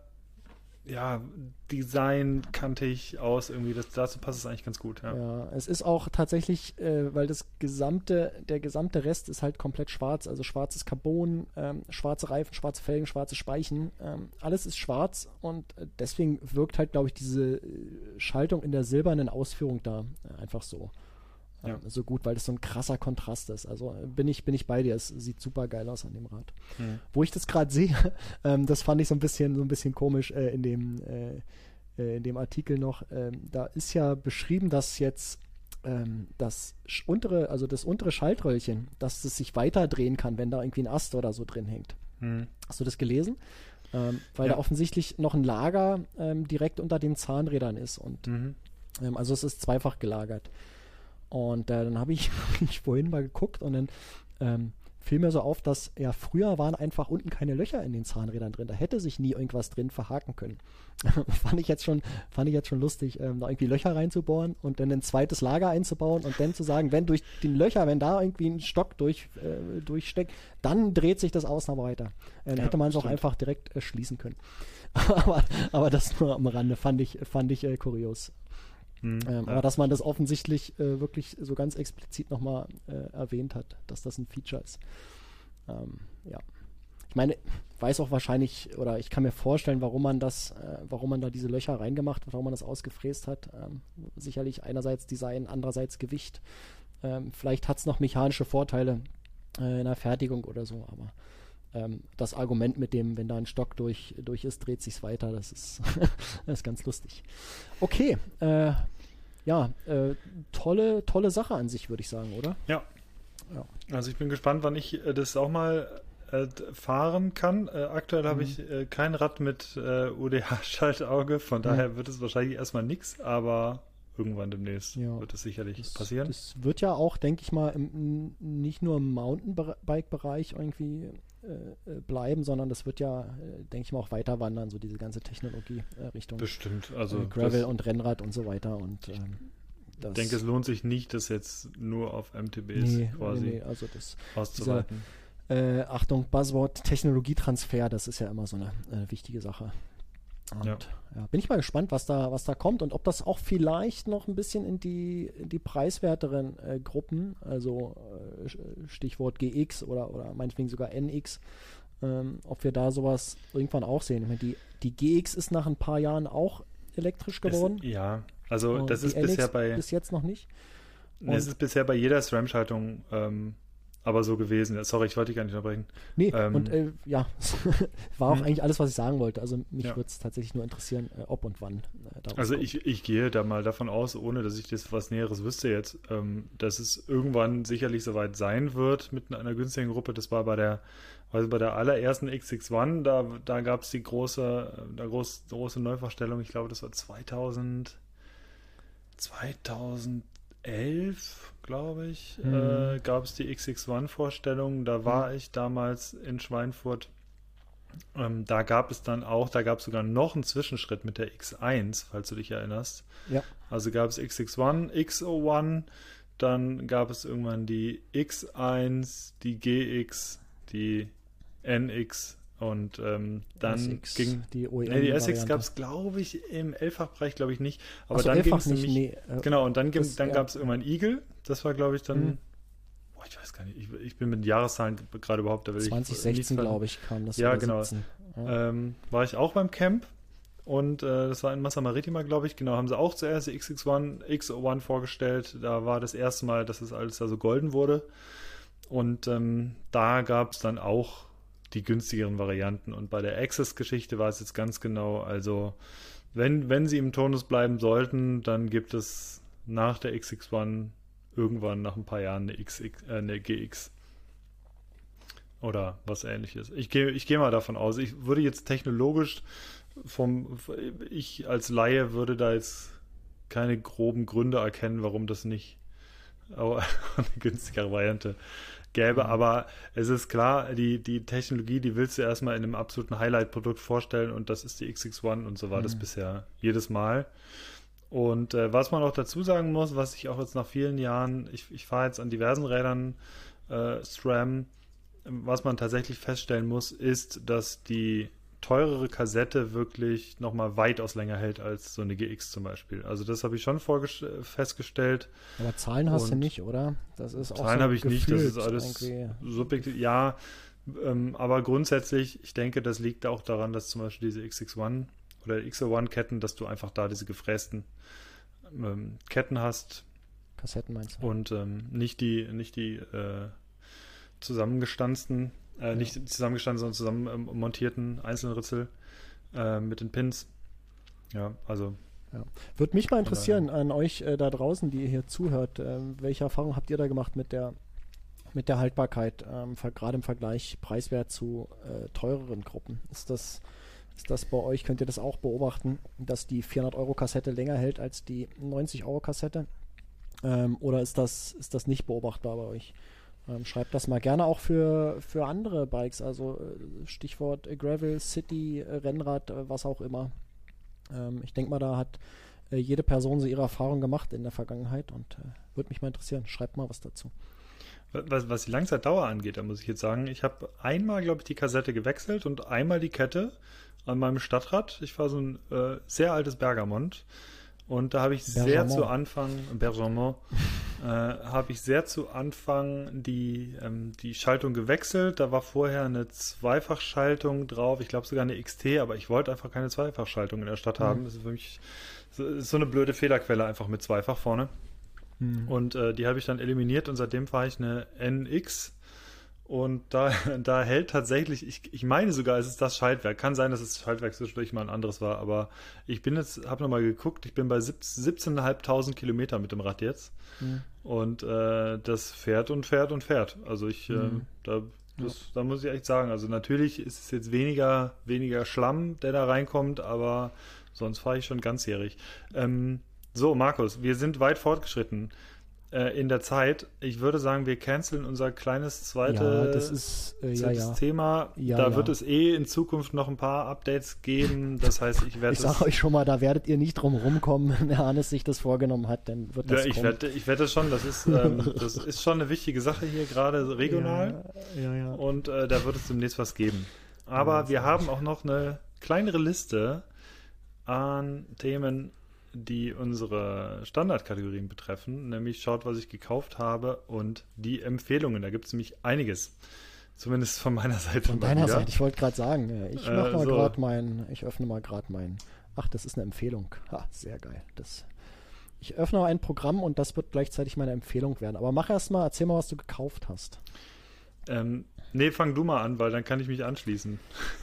designkantig aus irgendwie. Dazu passt es eigentlich ganz gut. Ja, es ist auch tatsächlich, weil der gesamte Rest ist halt komplett schwarz, also schwarzes Carbon, schwarze Reifen, schwarze Felgen, schwarze Speichen, alles ist schwarz, und deswegen wirkt halt, glaube ich, diese Schaltung in der silbernen Ausführung da einfach so. So gut, weil das so ein krasser Kontrast ist. Also bin ich bei dir. Es sieht super geil aus an dem Rad. Wo ich das gerade sehe, das fand ich so ein bisschen komisch in dem Artikel noch. Da ist ja beschrieben, dass jetzt das untere Schaltröllchen, dass es sich weiter drehen kann, wenn da irgendwie ein Ast oder so drin hängt. Hast du das gelesen? Weil da offensichtlich noch ein Lager direkt unter den Zahnrädern ist. Und also es ist zweifach gelagert. Und dann habe ich vorhin mal geguckt, und dann fiel mir so auf, dass früher waren einfach unten keine Löcher in den Zahnrädern drin. Da hätte sich nie irgendwas drin verhaken können. fand ich jetzt schon lustig, da irgendwie Löcher reinzubohren und dann ein zweites Lager einzubauen und dann zu sagen, wenn durch den Löcher, wenn da irgendwie ein Stock durchsteckt, dann dreht sich das außen aber weiter. Dann hätte man es auch einfach direkt schließen können. aber das nur am Rande fand ich kurios. Aber dass man das offensichtlich wirklich so ganz explizit nochmal erwähnt hat, dass das ein Feature ist. Ich meine, weiß auch wahrscheinlich, oder ich kann mir vorstellen, warum man da diese Löcher reingemacht hat, warum man das ausgefräst hat. Sicherlich einerseits Design, andererseits Gewicht. Vielleicht hat es noch mechanische Vorteile in der Fertigung oder so, aber das Argument mit dem, wenn da ein Stock durch ist, dreht sich's weiter, das ist ganz lustig. Okay, tolle Sache an sich, würde ich sagen, oder? Ja. Also ich bin gespannt, wann ich das auch mal fahren kann. Aktuell habe ich kein Rad mit UDH-Schaltauge, von daher wird es wahrscheinlich erstmal nichts, aber irgendwann demnächst wird es sicherlich passieren. Das wird ja auch, denke ich mal, nicht nur im Mountainbike-Bereich irgendwie bleiben, sondern das wird ja, denke ich mal, auch weiter wandern, so diese ganze Technologie Richtung bestimmt, also Gravel und Rennrad und so weiter. Und ich denke, es lohnt sich nicht, das jetzt nur auf MTBs quasi auszuweiten. Achtung, Buzzword Technologietransfer, das ist ja immer so eine wichtige Sache. Und bin ich mal gespannt, was da kommt und ob das auch vielleicht noch ein bisschen in die preiswerteren Gruppen, also Stichwort GX oder meinetwegen sogar NX, ob wir da sowas irgendwann auch sehen. Ich meine, die GX ist nach ein paar Jahren auch elektrisch geworden. Also Und das die ist NX bisher bei... bis jetzt noch nicht. Es ist bisher bei jeder SRAM-Schaltung aber so gewesen. Sorry, ich wollte dich gar nicht unterbrechen. Nee, und ja, war auch eigentlich alles, was ich sagen wollte. Also mich Ja. würde es tatsächlich nur interessieren, ob und wann daraus Also kommt. ich gehe da mal davon aus, ohne dass ich das was Näheres wüsste jetzt, dass es irgendwann sicherlich soweit sein wird mit einer günstigen Gruppe. Das war bei der allerersten XX1, da gab es die große Neuvorstellung, ich glaube, das war 2011, glaube ich, gab es die XX1-Vorstellung. Da war ich damals in Schweinfurt. Da gab es sogar noch einen Zwischenschritt mit der X1, falls du dich erinnerst. Ja. Also gab es XX1, X01, dann gab es irgendwann die X1, die GX, die NX und dann SX, ging die OEM. die SX gab es, glaube ich, im Elffachbereich, glaube ich, nicht. Aber Achso, dann ging Elffach es nicht, nämlich, nee, genau, und dann ja. gab es irgendwann Eagle. Das war, glaube ich, dann, ich weiß gar nicht, ich bin mit Jahreszahlen gerade überhaupt, da will 2016, glaube ich, kam das. Ja, oder genau. 17. Ja. War ich auch beim Camp und das war in Massa Marittima, glaube ich. Genau, haben sie auch zuerst die X01 vorgestellt. Da war das erste Mal, dass das alles da so golden wurde. Und da gab es dann auch die günstigeren Varianten. Und bei der Access-Geschichte war es jetzt ganz genau, also wenn sie im Tonus bleiben sollten, dann gibt es nach der XX1 irgendwann nach ein paar Jahren eine GX. Oder was Ähnliches. Ich gehe mal davon aus. Ich würde jetzt technologisch ich als Laie würde da jetzt keine groben Gründe erkennen, warum das nicht eine günstigere Variante gäbe. Aber es ist klar, die Technologie, die willst du erstmal in einem absoluten Highlight-Produkt vorstellen und das ist die XX1 und so war das bisher jedes Mal. Und was man auch dazu sagen muss, was ich auch jetzt nach vielen Jahren, ich fahre jetzt an diversen Rädern SRAM, was man tatsächlich feststellen muss, ist, dass die teurere Kassette wirklich nochmal weitaus länger hält als so eine GX zum Beispiel. Also das habe ich schon festgestellt. Aber Zahlen hast du nicht, oder? Das ist auch Zahlen so habe ich nicht, das ist gefühlt alles irgendwie. subjektiv. Ja, aber grundsätzlich, ich denke, das liegt auch daran, dass zum Beispiel diese XX1 oder X01-Ketten, dass du einfach da diese gefrästen Ketten hast. Kassetten meinst du? Und nicht die zusammengestanzten, nicht zusammengestanzten, sondern zusammen montierten Einzelritzel mit den Pins. Ja, also. Ja. Würde mich mal interessieren an euch da draußen, die ihr hier zuhört, welche Erfahrungen habt ihr da gemacht mit der Haltbarkeit, gerade im Vergleich preiswert zu teureren Gruppen? Ist das bei euch, könnt ihr das auch beobachten, dass die 400-Euro-Kassette länger hält als die 90-Euro-Kassette? Oder ist das nicht beobachtbar bei euch? Schreibt das mal gerne auch für andere Bikes, also Stichwort Gravel, City, Rennrad, was auch immer. Ich denke mal, da hat jede Person so ihre Erfahrung gemacht in der Vergangenheit und würde mich mal interessieren. Schreibt mal was dazu. Was die Langzeitdauer angeht, da muss ich jetzt sagen, ich habe einmal, glaube ich, die Kassette gewechselt und einmal die Kette an meinem Stadtrad. Ich fahre so ein sehr altes Bergamont und da habe ich sehr zu Anfang, Bergamont, habe ich sehr zu Anfang die Schaltung gewechselt. Da war vorher eine Zweifachschaltung drauf, ich glaube sogar eine XT, aber ich wollte einfach keine Zweifachschaltung in der Stadt haben. Das ist für mich so eine blöde Fehlerquelle einfach mit Zweifach vorne. Und die habe ich dann eliminiert und seitdem fahre ich eine NX und da hält tatsächlich, ich meine sogar, es ist das Schaltwerk. Kann sein, dass das Schaltwerk zwischendurch mal ein anderes war, aber habe nochmal geguckt, ich bin bei 17.500 Kilometer mit dem Rad jetzt und das fährt und fährt und fährt. Also da muss ich echt sagen, also natürlich ist es jetzt weniger Schlamm, der da reinkommt, aber sonst fahre ich schon ganzjährig. So, Markus, wir sind weit fortgeschritten in der Zeit. Ich würde sagen, wir canceln unser kleines zweites Thema. Da wird es in Zukunft noch ein paar Updates geben. Das heißt, ich sage euch schon mal, da werdet ihr nicht drum rumkommen, wenn der Hannes sich das vorgenommen hat, dann wird das kommen. Ich wette schon, das ist schon eine wichtige Sache hier, gerade regional. Ja. Und da wird es demnächst was geben. Aber wir haben auch noch eine kleinere Liste an Themen, die unsere Standardkategorien betreffen, nämlich schaut, was ich gekauft habe und die Empfehlungen. Da gibt es nämlich einiges. Zumindest von meiner Seite. Von deiner Seite, ich wollte gerade sagen, ich öffne mal gerade mein, ach, das ist eine Empfehlung. Ha, sehr geil. Das Ich öffne ein Programm und das wird gleichzeitig meine Empfehlung werden. Aber erzähl mal, was du gekauft hast. Nee, fang du mal an, weil dann kann ich mich anschließen.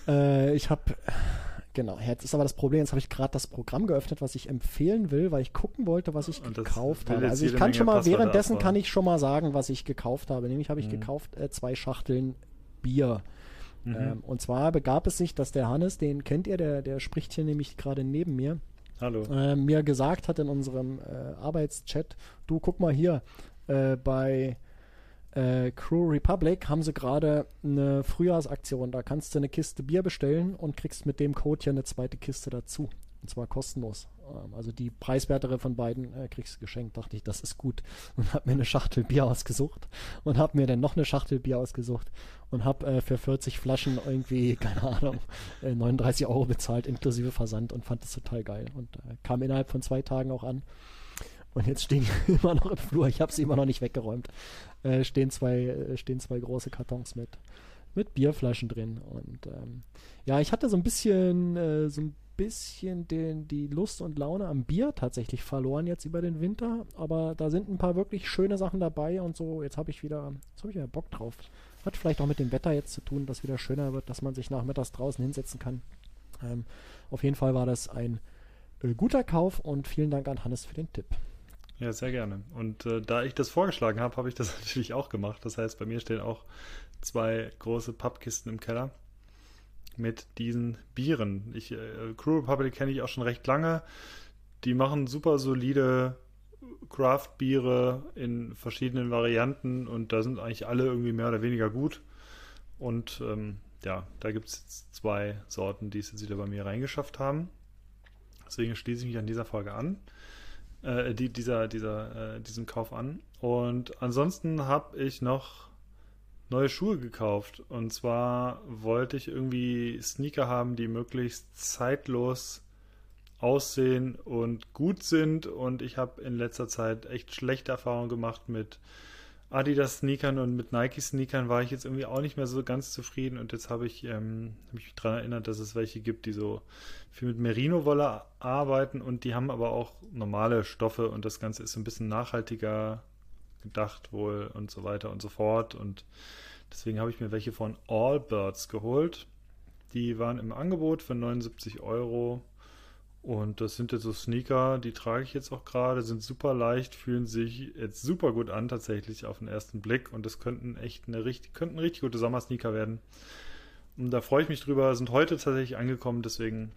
Genau, jetzt ist aber das Problem, jetzt habe ich gerade das Programm geöffnet, was ich empfehlen will, weil ich gucken wollte, was ich gekauft habe. Also ich kann schon mal, währenddessen kann ich schon mal sagen, was ich gekauft habe. Nämlich habe ich gekauft 2 Schachteln Bier. Und zwar begab es sich, dass der Hannes, den kennt ihr, der spricht hier nämlich gerade neben mir, Hallo. Mir gesagt hat in unserem Arbeitschat, du guck mal hier, bei Crew Republic haben sie gerade eine Frühjahrsaktion. Da kannst du eine Kiste Bier bestellen und kriegst mit dem Code hier eine zweite Kiste dazu. Und zwar kostenlos. Also die preiswertere von beiden kriegst du geschenkt. Dachte ich, das ist gut. Und habe mir eine Schachtel Bier ausgesucht und habe mir dann noch eine Schachtel Bier ausgesucht und habe für 40 Flaschen irgendwie, keine Ahnung, 39 € bezahlt, inklusive Versand und fand das total geil. Und kam innerhalb von 2 Tagen auch an. Und jetzt stehen immer noch im Flur, ich habe sie immer noch nicht weggeräumt, stehen zwei große Kartons mit Bierflaschen drin. Und ich hatte so ein bisschen die Lust und Laune am Bier tatsächlich verloren jetzt über den Winter. Aber da sind ein paar wirklich schöne Sachen dabei und so. Jetzt habe ich wieder Bock drauf. Hat vielleicht auch mit dem Wetter jetzt zu tun, dass wieder schöner wird, dass man sich nachmittags draußen hinsetzen kann. Auf jeden Fall war das ein guter Kauf und vielen Dank an Hannes für den Tipp. Ja, sehr gerne. Und da ich das vorgeschlagen habe, habe ich das natürlich auch gemacht. Das heißt, bei mir stehen auch 2 große Pappkisten im Keller mit diesen Bieren. Crew Republic kenne ich auch schon recht lange. Die machen super solide Craft-Biere in verschiedenen Varianten und da sind eigentlich alle irgendwie mehr oder weniger gut. Und da gibt es jetzt 2 Sorten, die es jetzt wieder bei mir reingeschafft haben. Deswegen schließe ich mich an dieser Folge an. Diesem Kauf an. Und ansonsten habe ich noch neue Schuhe gekauft. Und zwar wollte ich irgendwie Sneaker haben, die möglichst zeitlos aussehen und gut sind. Und ich habe in letzter Zeit echt schlechte Erfahrungen gemacht mit Adidas-Sneakern und mit Nike-Sneakern war ich jetzt irgendwie auch nicht mehr so ganz zufrieden. Und jetzt habe ich mich daran erinnert, dass es welche gibt, die so viel mit Merino-Wolle arbeiten und die haben aber auch normale Stoffe und das Ganze ist so ein bisschen nachhaltiger gedacht wohl und so weiter und so fort. Und deswegen habe ich mir welche von Allbirds geholt. Die waren im Angebot für 79 €. Und das sind jetzt so Sneaker, die trage ich jetzt auch gerade, sind super leicht, fühlen sich jetzt super gut an tatsächlich auf den ersten Blick und das könnten richtig gute Sommersneaker werden. Und da freue ich mich drüber, sind heute tatsächlich angekommen, deswegen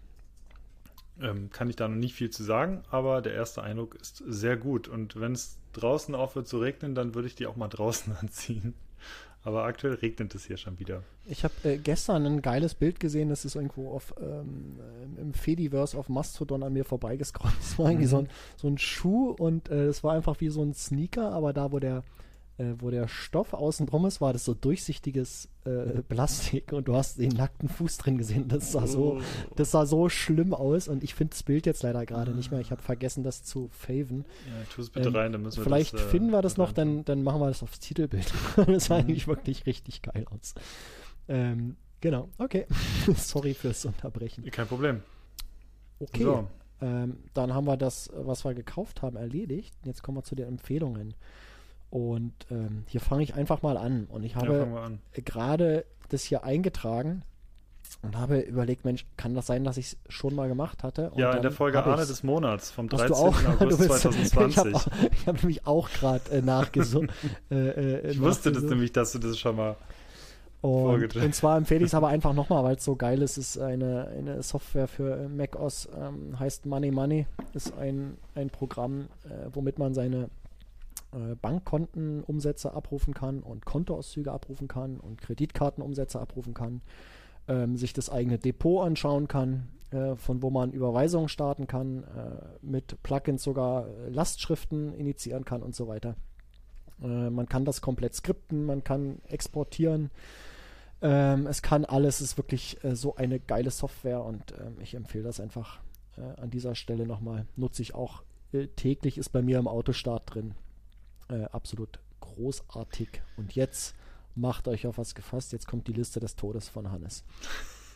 kann ich da noch nicht viel zu sagen, aber der erste Eindruck ist sehr gut und wenn es draußen aufhört zu regnen, dann würde ich die auch mal draußen anziehen. Aber aktuell regnet es hier schon wieder. Ich habe gestern ein geiles Bild gesehen, das ist irgendwo im Fediverse auf Mastodon an mir vorbeigescrollt. Das war irgendwie so ein Schuh und es war einfach wie so ein Sneaker, aber da, wo der Stoff außen drum ist, war das so durchsichtiges Plastik und du hast den nackten Fuß drin gesehen. Das sah so schlimm aus und ich finde das Bild jetzt leider gerade nicht mehr. Ich habe vergessen, das zu faven. Ja, tu es bitte rein, dann müssen wir vielleicht finden wir das noch, dann machen wir das aufs Titelbild. Das sah eigentlich wirklich richtig geil aus. Genau, okay. Sorry fürs Unterbrechen. Kein Problem. Okay, so. Dann haben wir das, was wir gekauft haben, erledigt. Jetzt kommen wir zu den Empfehlungen. Und hier fange ich einfach mal an. Und ich habe gerade das hier eingetragen und habe überlegt, Mensch, kann das sein, dass ich es schon mal gemacht hatte? Und ja, in der Folge Ahne des Monats vom 13. August 2020. Ich habe nämlich auch gerade nachgesucht. Ich wusste das nämlich, dass du das schon mal vorgetragen hast. Und zwar empfehle ich es aber einfach nochmal, weil es so geil ist. Es ist eine Software für macOS, heißt Money. Ist ein Programm, womit man seine Bankkontenumsätze abrufen kann und Kontoauszüge abrufen kann und Kreditkartenumsätze abrufen kann, sich das eigene Depot anschauen kann, von wo man Überweisungen starten kann, mit Plugins sogar Lastschriften initiieren kann und so weiter. Man kann das komplett skripten, man kann exportieren, es kann alles, es ist wirklich so eine geile Software und ich empfehle das einfach an dieser Stelle nochmal. Nutze ich auch täglich, ist bei mir im Autostart drin. Absolut großartig. Und jetzt macht euch auf was gefasst. Jetzt kommt die Liste des Todes von Hannes.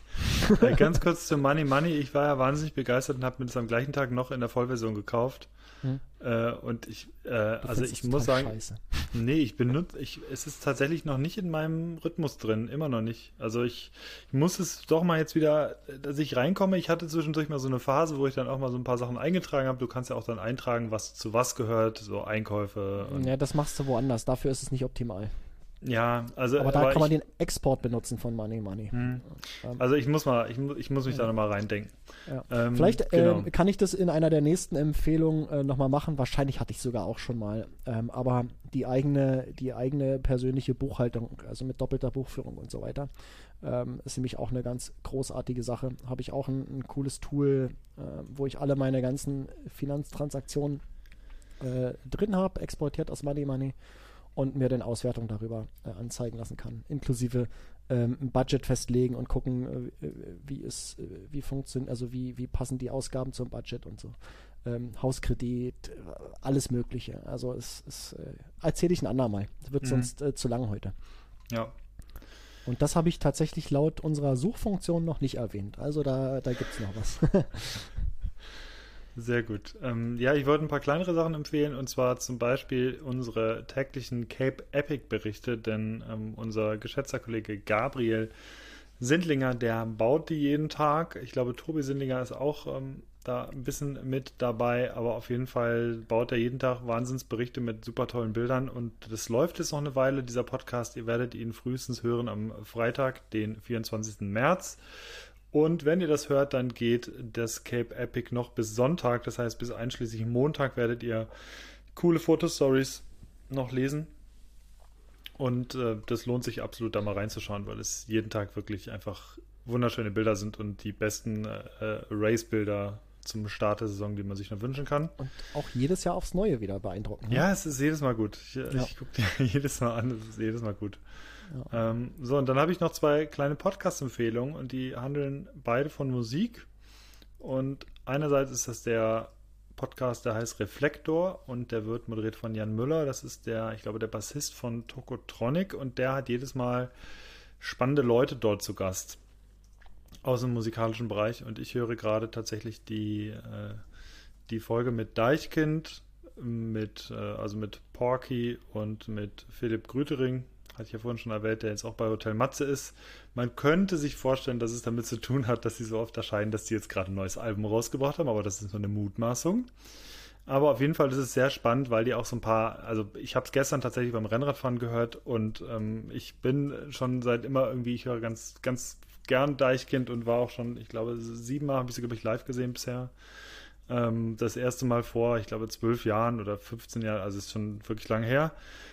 Ganz kurz zu Money. Ich war ja wahnsinnig begeistert und habe mir das am gleichen Tag noch in der Vollversion gekauft. Und also ich muss sagen, scheiße. nee, es ist tatsächlich noch nicht in meinem Rhythmus drin, immer noch nicht. Also ich muss es doch mal jetzt wieder, dass ich reinkomme. Ich hatte zwischendurch mal so eine Phase, wo ich dann auch mal so ein paar Sachen eingetragen habe. Du kannst ja auch dann eintragen, was zu was gehört, so Einkäufe. Ja, das machst du woanders. Dafür ist es nicht optimal. Ja, also. Aber da kann man den Export benutzen von Money Money. Also ich muss mich da nochmal reindenken. Ja. Vielleicht genau. kann ich das in einer der nächsten Empfehlungen nochmal machen. Wahrscheinlich hatte ich sogar auch schon mal. Aber die eigene persönliche Buchhaltung, also mit doppelter Buchführung und so weiter, ist nämlich auch eine ganz großartige Sache. Habe ich auch ein cooles Tool, wo ich alle meine ganzen Finanztransaktionen drin habe, exportiert aus Money Money. Und mir dann Auswertung darüber anzeigen lassen kann. Inklusive ein Budget festlegen und gucken, wie funktioniert, also wie passen die Ausgaben zum Budget und so. Hauskredit, alles Mögliche. Also es erzähle ich ein andermal. Das wird sonst zu lang heute. Ja. Und das habe ich tatsächlich laut unserer Suchfunktion noch nicht erwähnt. Also da gibt es noch was. Sehr gut. Ja, ich wollte ein paar kleinere Sachen empfehlen, und zwar zum Beispiel unsere täglichen Cape Epic Berichte, denn unser geschätzter Kollege Gabriel Sindlinger, der baut die jeden Tag. Ich glaube, Tobi Sindlinger ist auch da ein bisschen mit dabei, aber auf jeden Fall baut er jeden Tag Wahnsinnsberichte mit super tollen Bildern, und das läuft jetzt noch eine Weile, dieser Podcast. Ihr werdet ihn frühestens hören am Freitag, den 24. März. Und wenn ihr das hört, dann geht das Cape Epic noch bis Sonntag. Das heißt, bis einschließlich Montag werdet ihr coole Fotostories noch lesen. Und das lohnt sich absolut, da mal reinzuschauen, weil es jeden Tag wirklich einfach wunderschöne Bilder sind und die besten Race-Bilder zum Start der Saison, die man sich nur wünschen kann. Und auch jedes Jahr aufs Neue wieder beeindruckend. Ja, es ist jedes Mal gut. Ich gucke dir jedes Mal an, es ist jedes Mal gut. Ja. So, und dann habe ich noch 2 kleine Podcast-Empfehlungen, und die handeln beide von Musik. Und einerseits ist das der Podcast, der heißt Reflektor, und der wird moderiert von Jan Müller. Das ist ich glaube, der Bassist von Tokotronic, und der hat jedes Mal spannende Leute dort zu Gast aus dem musikalischen Bereich. Und ich höre gerade tatsächlich die Folge mit Deichkind, also mit Porky und mit Philipp Grütering. Hatte ich ja vorhin schon erwähnt, der jetzt auch bei Hotel Matze ist. Man könnte sich vorstellen, dass es damit zu tun hat, dass sie so oft erscheinen, dass die jetzt gerade ein neues Album rausgebracht haben, aber das ist nur eine Mutmaßung. Aber auf jeden Fall ist es sehr spannend, weil die auch so ein paar, also ich habe es gestern tatsächlich beim Rennradfahren gehört, und ich bin schon seit immer irgendwie, ich höre ganz, ganz gern Deichkind und war auch schon, ich glaube, 7 Mal habe ich sie, glaube ich, live gesehen bisher. Das erste Mal vor, ich glaube, 12 Jahren oder 15 Jahren, also ist schon wirklich lange her.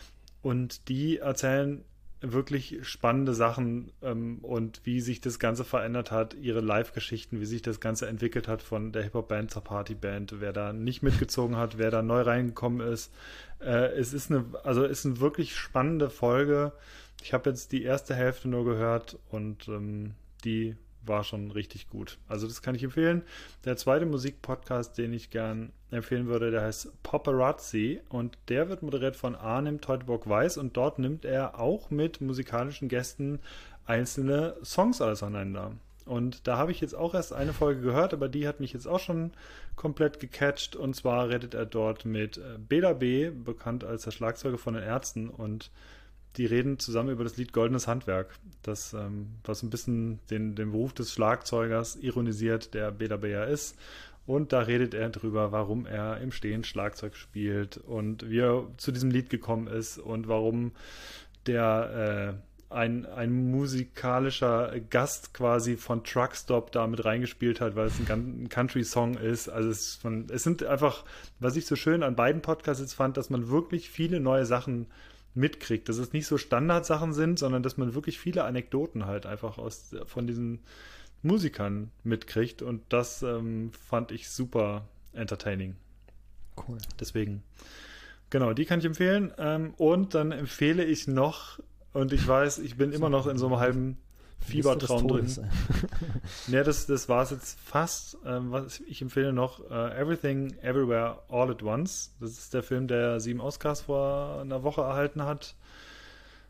Und die erzählen wirklich spannende Sachen und wie sich das Ganze verändert hat, ihre Live-Geschichten, wie sich das Ganze entwickelt hat von der Hip-Hop-Band zur Party-Band, wer da nicht mitgezogen hat, wer da neu reingekommen ist. Es ist eine wirklich spannende Folge. Ich habe jetzt die erste Hälfte nur gehört, und die war schon richtig gut. Also das kann ich empfehlen. Der zweite Musikpodcast, den ich gern empfehlen würde, der heißt Paparazzi, und der wird moderiert von Arnim Teutoburg-Weiß, und dort nimmt er auch mit musikalischen Gästen einzelne Songs auseinander. Und da habe ich jetzt auch erst eine Folge gehört, aber die hat mich jetzt auch schon komplett gecatcht, und zwar redet er dort mit Bela B., bekannt als der Schlagzeuger von den Ärzten, und die reden zusammen über das Lied Goldenes Handwerk, das was ein bisschen den Beruf des Schlagzeugers ironisiert, der Bela B. ja ist. Und da redet er drüber, warum er im Stehen Schlagzeug spielt und wie er zu diesem Lied gekommen ist und warum der ein musikalischer Gast quasi von Truckstop da mit reingespielt hat, weil es ein Country-Song ist. Also es sind einfach, was ich so schön an beiden Podcasts jetzt fand, dass man wirklich viele neue Sachen mitkriegt, dass es nicht so Standardsachen sind, sondern dass man wirklich viele Anekdoten halt einfach von diesen Musikern mitkriegt, und das fand ich super entertaining. Cool. Deswegen, genau, die kann ich empfehlen, und dann empfehle ich noch, und ich weiß, ich bin immer noch in so einem halben Fiebertraum drin. Ne, das war es jetzt fast. Ich empfehle noch Everything, Everywhere, All at Once. Das ist der Film, der 7 Oscars vor einer Woche erhalten hat.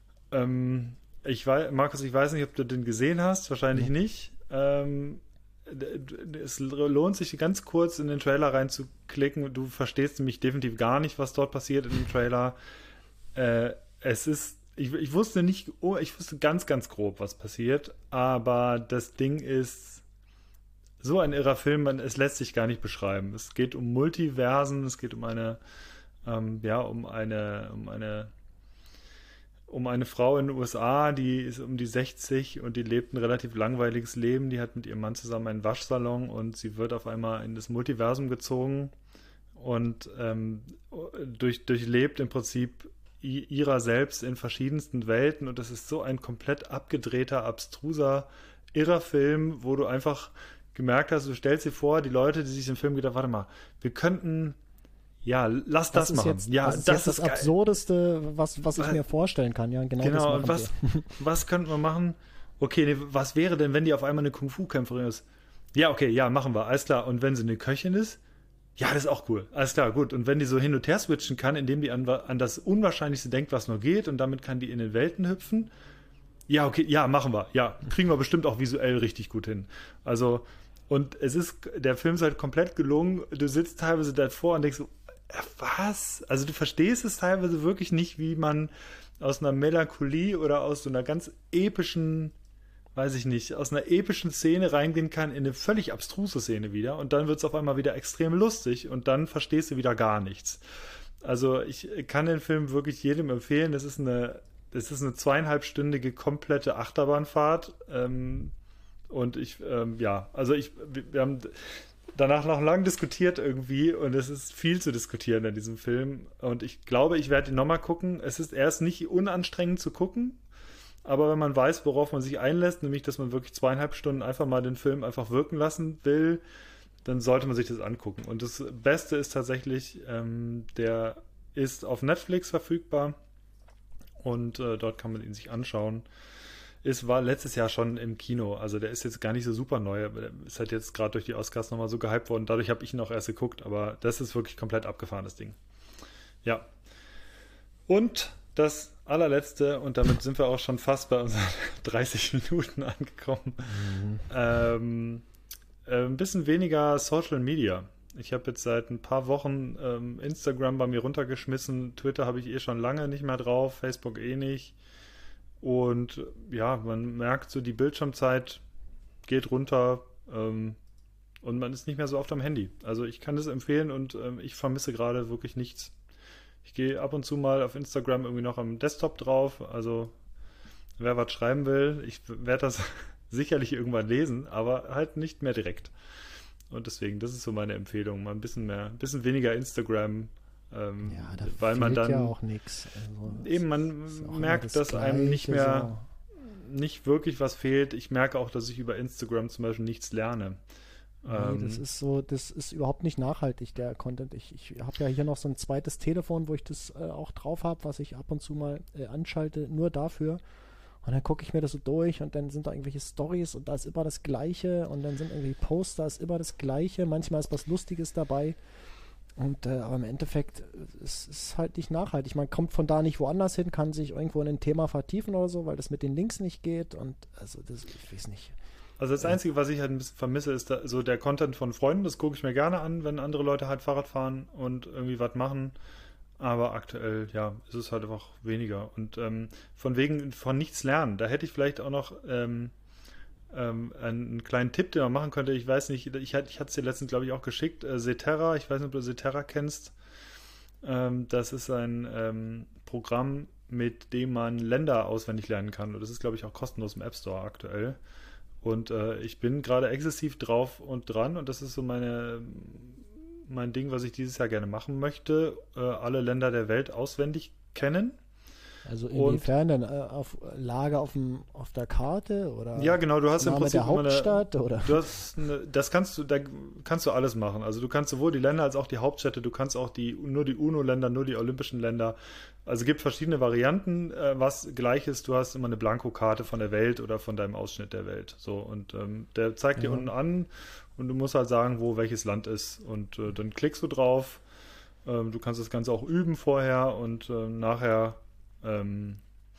Markus, ich weiß nicht, ob du den gesehen hast. Wahrscheinlich nicht. es lohnt sich ganz kurz in den Trailer reinzuklicken. Du verstehst nämlich definitiv gar nicht, was dort passiert in dem Trailer. Ich wusste nicht, ich wusste ganz, ganz grob, was passiert, aber das Ding ist so ein irrer Film, es lässt sich gar nicht beschreiben. Es geht um Multiversen, es geht um eine Frau in den USA, die ist um die 60 und die lebt ein relativ langweiliges Leben. Die hat mit ihrem Mann zusammen einen Waschsalon und sie wird auf einmal in das Multiversum gezogen und durchlebt im Prinzip ihrer selbst in verschiedensten Welten. Und das ist so ein komplett abgedrehter, abstruser, irrer Film, wo du einfach gemerkt hast, du stellst dir vor, die Leute, die sich im Film gedacht, warte mal, wir könnten... Ja, lass das machen. Jetzt, das ist das Absurdeste, was ich mir vorstellen kann. Ja, genau und was könnten wir machen? Okay, nee, was wäre denn, wenn die auf einmal eine Kung-Fu-Kämpferin ist? Ja, okay, ja, machen wir, alles klar. Und wenn sie eine Köchin ist? Ja, das ist auch cool. Alles klar, gut. Und wenn die so hin und her switchen kann, indem die an das Unwahrscheinlichste denkt, was nur geht, und damit kann die in den Welten hüpfen? Ja, okay, ja, machen wir. Ja, kriegen wir bestimmt auch visuell richtig gut hin. Also, und der Film ist halt komplett gelungen. Du sitzt teilweise davor und denkst so, was? Also du verstehst es teilweise wirklich nicht, wie man aus einer Melancholie oder aus so einer ganz epischen, weiß ich nicht, aus einer epischen Szene reingehen kann in eine völlig abstruse Szene wieder und dann wird es auf einmal wieder extrem lustig und dann verstehst du wieder gar nichts. Also ich kann den Film wirklich jedem empfehlen. Das ist eine 2,5-stündige komplette Achterbahnfahrt und wir haben danach noch lang diskutiert irgendwie und es ist viel zu diskutieren in diesem Film und ich glaube, ich werde ihn nochmal gucken. Er ist nicht unanstrengend zu gucken, aber wenn man weiß, worauf man sich einlässt, nämlich, dass man wirklich 2,5 Stunden einfach mal den Film einfach wirken lassen will, dann sollte man sich das angucken. Und das Beste ist tatsächlich, der ist auf Netflix verfügbar und dort kann man ihn sich anschauen. War letztes Jahr schon im Kino, also der ist jetzt gar nicht so super neu, aber der ist halt jetzt gerade durch die Oscars nochmal so gehypt worden, dadurch habe ich ihn auch erst geguckt, aber das ist wirklich komplett abgefahrenes Ding. Ja. Und das allerletzte, und damit sind wir auch schon fast bei unseren 30 Minuten angekommen, ein bisschen weniger Social Media. Ich habe jetzt seit ein paar Wochen Instagram bei mir runtergeschmissen, Twitter habe ich schon lange nicht mehr drauf, Facebook nicht. Und ja, man merkt so, die Bildschirmzeit geht runter und man ist nicht mehr so oft am Handy. Also ich kann das empfehlen und ich vermisse gerade wirklich nichts. Ich gehe ab und zu mal auf Instagram irgendwie noch am Desktop drauf. Also wer was schreiben will, ich werde das sicherlich irgendwann lesen, aber halt nicht mehr direkt. Und deswegen, das ist so meine Empfehlung. Mal ein bisschen weniger Instagram. Da weil man dann ja auch nichts. Also, eben, man merkt, dass einem nicht wirklich was fehlt. Ich merke auch, dass ich über Instagram zum Beispiel nichts lerne. Nee, das ist überhaupt nicht nachhaltig, der Content. Ich habe ja hier noch so ein zweites Telefon, wo ich das auch drauf habe, was ich ab und zu mal anschalte, nur dafür. Und dann gucke ich mir das so durch und dann sind da irgendwelche Storys und da ist immer das Gleiche und dann sind irgendwie Posts, da ist immer das Gleiche. Manchmal ist was Lustiges dabei. Und aber im Endeffekt es ist halt nicht nachhaltig. Man kommt von da nicht woanders hin, kann sich irgendwo in ein Thema vertiefen oder so, weil das mit den Links nicht geht. Und also ich weiß nicht. Also das Einzige, was ich halt ein bisschen vermisse, ist so der Content von Freunden. Das gucke ich mir gerne an, wenn andere Leute halt Fahrrad fahren und irgendwie was machen. Aber aktuell, ja, ist es halt einfach weniger. Und von nichts lernen, da hätte ich vielleicht auch noch einen kleinen Tipp, den man machen könnte. Ich weiß nicht, ich hatte es dir letztens, glaube ich, auch geschickt. Seterra, ich weiß nicht, ob du Seterra kennst. Das ist ein Programm, mit dem man Länder auswendig lernen kann. Und das ist, glaube ich, auch kostenlos im App Store aktuell. Und ich bin gerade exzessiv drauf und dran. Und das ist so mein Ding, was ich dieses Jahr gerne machen möchte. Alle Länder der Welt auswendig kennen. Also inwiefern denn? Auf Lage auf der Karte? Oder ja, genau, du hast im Prinzip der Hauptstadt? Oder? Da kannst du alles machen. Also du kannst sowohl die Länder als auch die Hauptstädte, du kannst auch nur die UNO-Länder, nur die olympischen Länder. Also es gibt verschiedene Varianten, was gleich ist. Du hast immer eine Blankokarte von der Welt oder von deinem Ausschnitt der Welt. So, und der zeigt dir unten an und du musst halt sagen, wo welches Land ist. Und dann klickst du drauf. Du kannst das Ganze auch üben vorher und nachher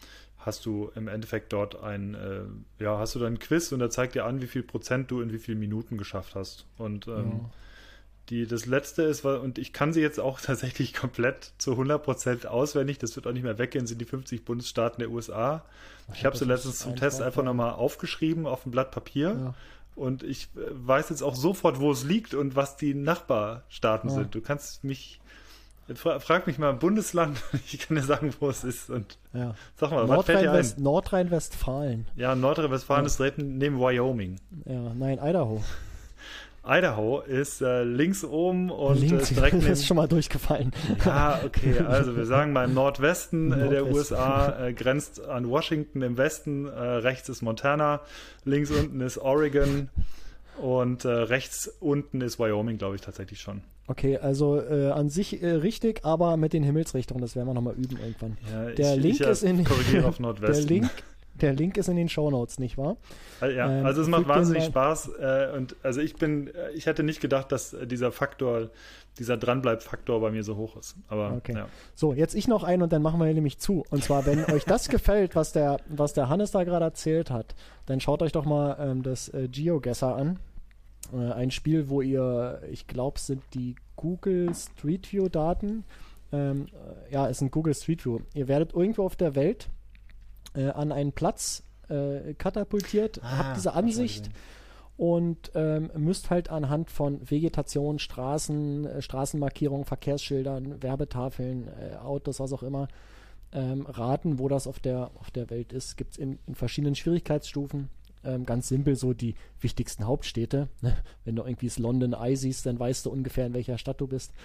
hast du im Endeffekt dort hast du dann ein Quiz und da zeigt dir an, wie viel Prozent du in wie vielen Minuten geschafft hast. Und das letzte ist, und ich kann sie jetzt auch tatsächlich komplett zu 100% auswendig, das wird auch nicht mehr weggehen, sind die 50 Bundesstaaten der USA. Ich habe sie letztens zum Test einfach nochmal aufgeschrieben auf ein Blatt Papier. Ja. Und ich weiß jetzt auch sofort, wo es liegt und was die Nachbarstaaten sind. Du kannst frag mich mal ein Bundesland, ich kann dir sagen, wo es ist. Und sag mal, was fällt dir ein? Nordrhein-Westfalen. Ja, Nordrhein-Westfalen ist direkt neben Wyoming. Ja, nein, Idaho. Idaho ist links oben und direkt neben... ist schon mal durchgefallen. Ja, okay, also wir sagen mal im Nordwesten der USA, grenzt an Washington im Westen, rechts ist Montana, links unten ist Oregon und rechts unten ist Wyoming, glaube ich, tatsächlich schon. Okay, also an sich richtig, aber mit den Himmelsrichtungen, das werden wir nochmal üben irgendwann. Ja, korrigiere auf Nordwesten. Der Link ist in den Shownotes, nicht wahr? Ja, also es macht wahnsinnig Spaß und also ich hätte nicht gedacht, dass dieser Dranbleib-Faktor bei mir so hoch ist. Aber okay. Ja. So, jetzt ich noch einen und dann machen wir nämlich zu. Und zwar, wenn euch das gefällt, was der Hannes da gerade erzählt hat, dann schaut euch doch mal das GeoGuessr an. Ein Spiel, wo ich glaube, es sind die Google Street View Daten. Es sind Google Street View. Ihr werdet irgendwo auf der Welt an einen Platz katapultiert, habt diese Ansicht und müsst halt anhand von Vegetation, Straßenmarkierungen, Verkehrsschildern, Werbetafeln, Autos, was auch immer, raten, wo das auf der Welt ist. Gibt es in verschiedenen Schwierigkeitsstufen. Ganz simpel so die wichtigsten Hauptstädte. Ne? Wenn du irgendwie das London Eye siehst, dann weißt du ungefähr, in welcher Stadt du bist.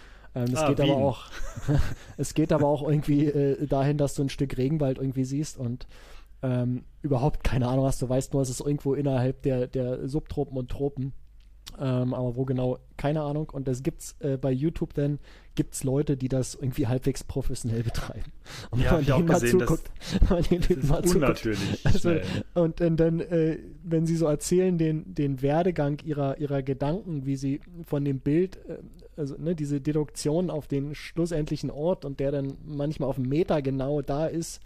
Es geht aber auch irgendwie dahin, dass du ein Stück Regenwald irgendwie siehst und überhaupt keine Ahnung hast. Du weißt nur, es ist irgendwo innerhalb der Subtropen und Tropen. Aber wo genau, keine Ahnung. Und das gibt's bei YouTube dann, gibt's Leute, die das irgendwie halbwegs professionell betreiben. Und ja, hab ich auch gesehen, das ist unnatürlich. Also, und dann, wenn sie so erzählen, den Werdegang ihrer Gedanken, wie sie von dem Bild, diese Deduktion auf den schlussendlichen Ort und der dann manchmal auf einen Meter genau da ist,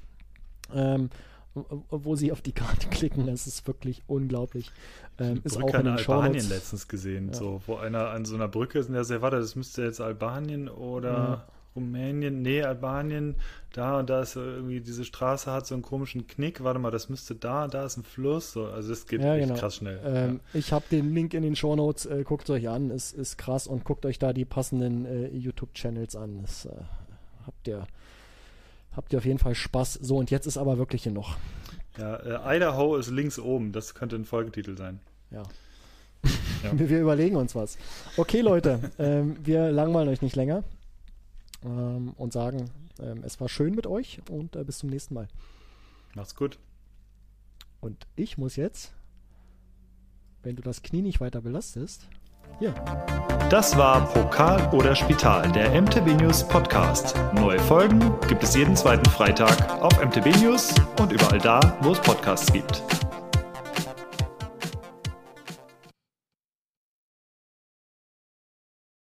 wo sie auf die Karte klicken, das ist wirklich unglaublich. Ist auch in Albanien letztens gesehen, so, wo einer an so einer Brücke ist und der sagt, warte, das müsste jetzt Albanien oder Rumänien, nee, Albanien, da und da ist irgendwie, diese Straße hat so einen komischen Knick, warte mal, das müsste da ist ein Fluss, so, also das geht echt krass schnell. Ich habe den Link in den Shownotes, guckt euch an, ist krass und guckt euch da die passenden YouTube-Channels an, das habt ihr auf jeden Fall Spaß. So, und jetzt ist aber wirklich genug. Ja, Idaho ist links oben. Das könnte ein Folgetitel sein. Ja. Wir überlegen uns was. Okay, Leute, wir langweilen euch nicht länger und sagen, es war schön mit euch und bis zum nächsten Mal. Macht's gut. Und ich muss jetzt, wenn du das Knie nicht weiter belastest, hier. Das war Pokal oder Spital, der MTB News Podcast. Neue Folgen gibt es jeden zweiten Freitag auf MTB News und überall da, wo es Podcasts gibt.